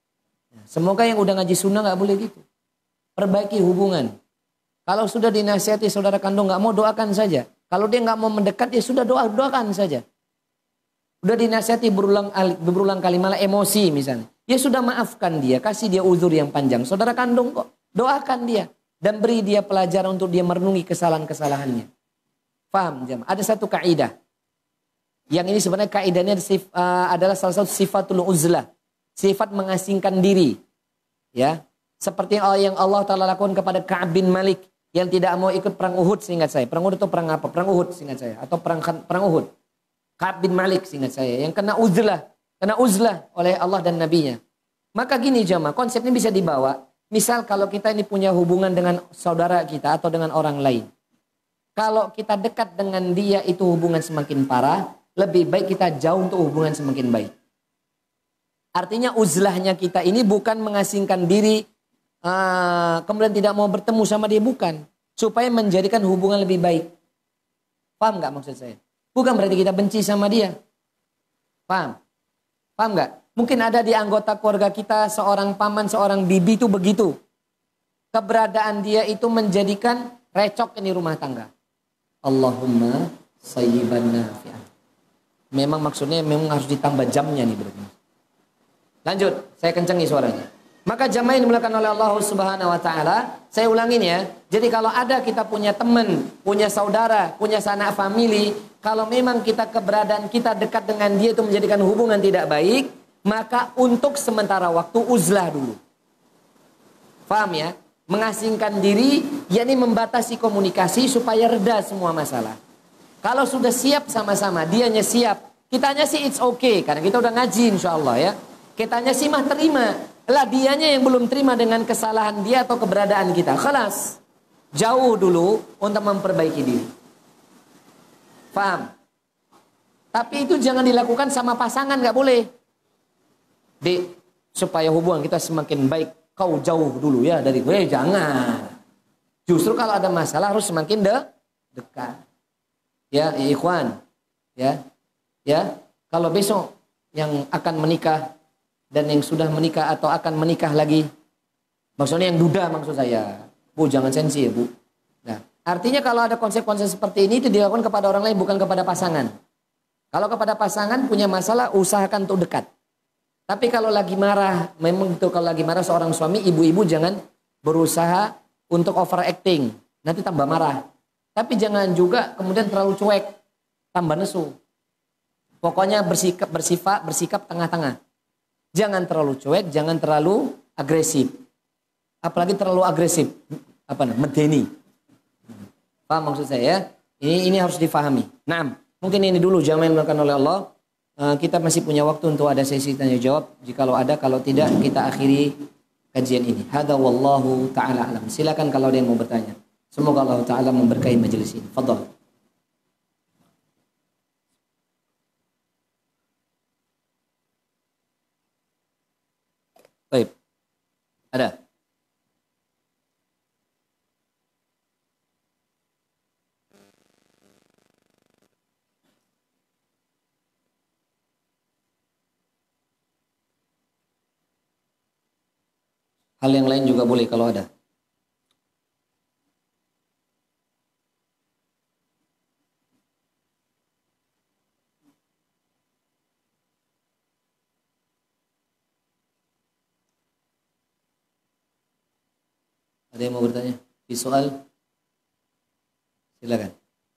Semoga yang udah ngaji sunnah nggak boleh gitu. Perbaiki hubungan. Kalau sudah dinasihati saudara kandung nggak mau, doakan saja. Kalau dia nggak mau mendekat, ya sudah doakan saja. Udah dinasihati berulang kali malah emosi misalnya. Ya sudah maafkan dia, kasih dia uzur yang panjang. Saudara kandung kok, doakan dia. Dan beri dia pelajaran untuk dia merenungi kesalahan-kesalahannya. Faham jemaah? Ada satu kaidah. Yang ini sebenarnya kaidahnya adalah salah satu sifatul uzlah. Sifat mengasingkan diri. Ya, seperti yang Allah Ta'ala lakukan kepada Ka'ab bin Malik. Yang tidak mau ikut perang Uhud seingat saya. Perang Uhud itu perang apa? Perang Uhud seingat saya. Atau perang Uhud. Ka'ab bin Malik seingat saya. Yang kena uzlah oleh Allah dan Nabi-Nya. Maka gini jemaah, konsep ini bisa dibawa. Misal kalau kita ini punya hubungan dengan saudara kita atau dengan orang lain. Kalau kita dekat dengan dia itu hubungan semakin parah. Lebih baik kita jauh untuk hubungan semakin baik. Artinya uzlahnya kita ini bukan mengasingkan diri. Kemudian tidak mau bertemu sama dia, bukan. Supaya menjadikan hubungan lebih baik. Paham gak maksud saya? Bukan berarti kita benci sama dia. Paham? Paham gak? Mungkin ada di anggota keluarga kita seorang paman, seorang bibi itu begitu. Keberadaan dia itu menjadikan recok ini rumah tangga. Allahumma sayyiban nafi'an. Memang maksudnya memang harus ditambah jamnya nih berarti. Lanjut, saya kencengi suaranya. Maka jamaah yang dimuliakan oleh Allah Subhanahu wa taala, saya ulangin ya. Jadi kalau ada kita punya teman, punya saudara, punya sanak famili, kalau memang kita keberadaan kita dekat dengan dia itu menjadikan hubungan tidak baik, maka untuk sementara waktu uzlah dulu. Paham ya? Mengasingkan diri, yakni membatasi komunikasi supaya reda semua masalah. Kalau sudah siap sama-sama, dianya siap, kitanya sih it's okay, karena kita udah ngaji insyaallah ya. Kitanya sih mah terima. Lah dianya yang belum terima dengan kesalahan dia atau keberadaan kita. Khalas. Jauh dulu untuk memperbaiki diri. Paham? Tapi itu jangan dilakukan sama pasangan, gak boleh. Dek, supaya hubungan kita semakin baik, kau jauh dulu ya dari gue. Jangan. Justru kalau ada masalah harus semakin dekat. Ya, ikhwan. Ya. Kalau besok yang akan menikah dan yang sudah menikah atau akan menikah lagi, maksudnya yang duda maksud saya, Bu jangan sensi ya Bu. Nah, artinya kalau ada konsep-konsep seperti ini itu dilakukan kepada orang lain bukan kepada pasangan. Kalau kepada pasangan punya masalah usahakan untuk dekat. Tapi kalau lagi marah, memang itu kalau lagi marah seorang suami, ibu-ibu jangan berusaha untuk overacting, nanti tambah marah. Tapi jangan juga kemudian terlalu cuek, tambah nesu. Pokoknya bersikap tengah-tengah. Jangan terlalu cuek, jangan terlalu agresif. Apalagi terlalu agresif, medeni. Paham maksud saya ya? Ini harus difahami. Nah, mungkin ini dulu jamaah yang dimuliakan oleh Allah. Kita masih punya waktu untuk ada sesi tanya jawab. Jikalau ada, kalau tidak kita akhiri kajian ini. Hadza wallahu taala alam. Silakan kalau ada yang mau bertanya. Semoga Allah taala memberkahi majelis ini. Fadhal. Baik. Ada. Hal yang lain juga boleh kalau ada. Ada yang mau bertanya? Di soal? Silakan.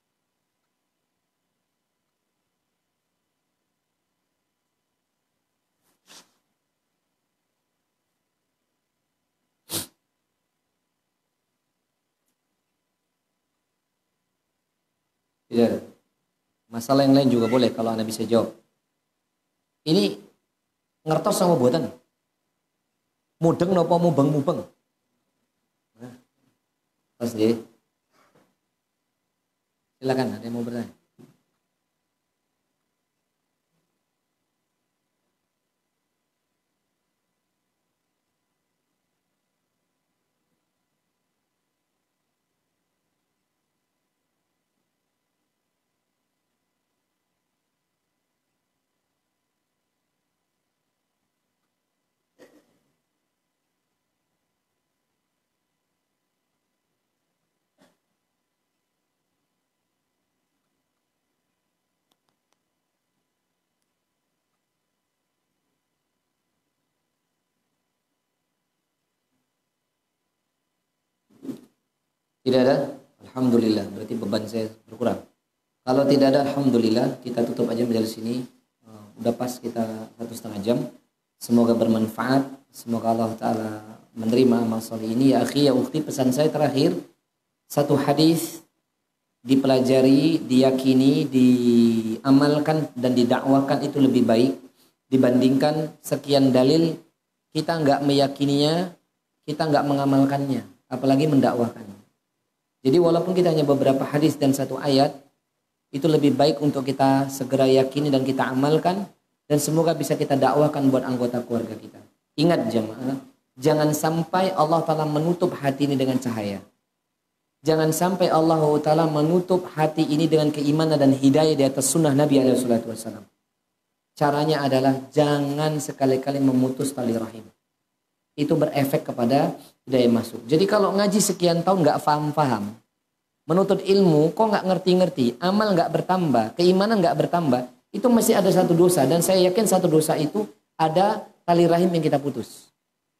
Tidak. Masalah yang lain juga boleh kalau Anda bisa jawab. Ini ngertos sama buatan. Mudeng napa mubeng-mubeng? Pas nggih. Silakan, ada yang mau bertanya. Tidak ada? Alhamdulillah, berarti beban saya berkurang. Kalau tidak ada, alhamdulillah, kita tutup aja majelis ini. Udah pas kita 1,5 jam. Semoga bermanfaat. Semoga Allah Ta'ala menerima amal soleh ini. Ya akhi, ya ukhti, pesan saya terakhir. Satu hadis dipelajari, diyakini, diamalkan, dan didakwakan itu lebih baik dibandingkan sekian dalil kita nggak meyakininya, kita nggak mengamalkannya, apalagi mendakwakannya. Jadi walaupun kita hanya beberapa hadis dan satu ayat, itu lebih baik untuk kita segera yakini dan kita amalkan, dan semoga bisa kita dakwakan buat anggota keluarga kita. Ingat jamaah, jangan sampai Allah Ta'ala menutup hati ini dengan cahaya. Jangan sampai Allah Ta'ala menutup hati ini dengan keimanan dan hidayah di atas sunnah Nabi SAW. Caranya adalah jangan sekali-kali memutus tali rahim. Itu berefek kepada hidayah masuk. Jadi kalau ngaji sekian tahun nggak paham-paham, menuntut ilmu kok nggak ngerti-ngerti, amal nggak bertambah, keimanan nggak bertambah, itu masih ada satu dosa. Dan saya yakin satu dosa itu ada tali rahim yang kita putus.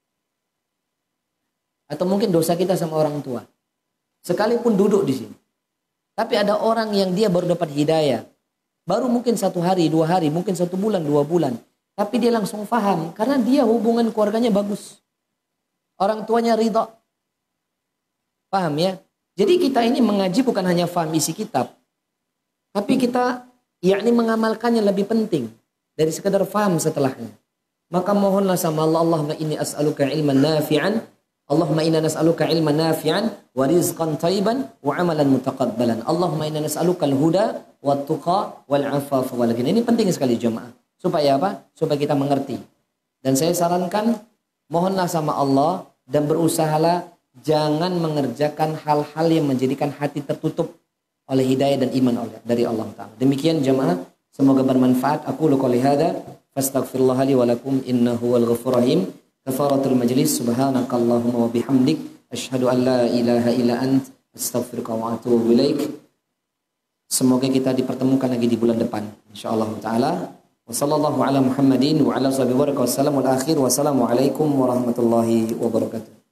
Atau mungkin dosa kita sama orang tua. Sekalipun duduk di sini. Tapi ada orang yang dia baru dapat hidayah. Baru mungkin 1 hari, 2 hari, mungkin 1 bulan, 2 bulan. Tapi dia langsung paham. Karena dia hubungan keluarganya bagus. Orang tuanya ridha. Paham ya? Jadi kita ini mengaji bukan hanya paham isi kitab. Tapi kita yakni mengamalkannya lebih penting. Dari sekedar paham setelahnya. Maka mohonlah sama Allah, Allahumma inni as'aluka ilman nafi'an. Allahumma inna nas'aluka ilman nafi'an wa rizqan thayyiban wa amalan mutaqabbalan. Allahumma inna nas'aluka al-huda wa tuqa wal afafa wal ghina. Ini penting sekali jemaah. Supaya apa? Supaya kita mengerti. Dan saya sarankan mohonlah sama Allah dan berusahalah jangan mengerjakan hal-hal yang menjadikan hati tertutup oleh hidayah dan iman dari Allah Ta'ala. Demikian jemaah, semoga bermanfaat. Aku qouli hadza fastaghfirullah li wa lakum innahu wal ghafurur rahim. Kafaratul majlis, subhanakallahumma wa bihamdik, asyhadu an la ilaha illa ant, astaghfiruka wa atubu ilaik. Semoga kita dipertemukan lagi di bulan depan insyaallah taala. Wa sallallahu ala Muhammadin wa ala sahbihi wa sallam wal akhir. Wassalamualaikum warahmatullahi wabarakatuh.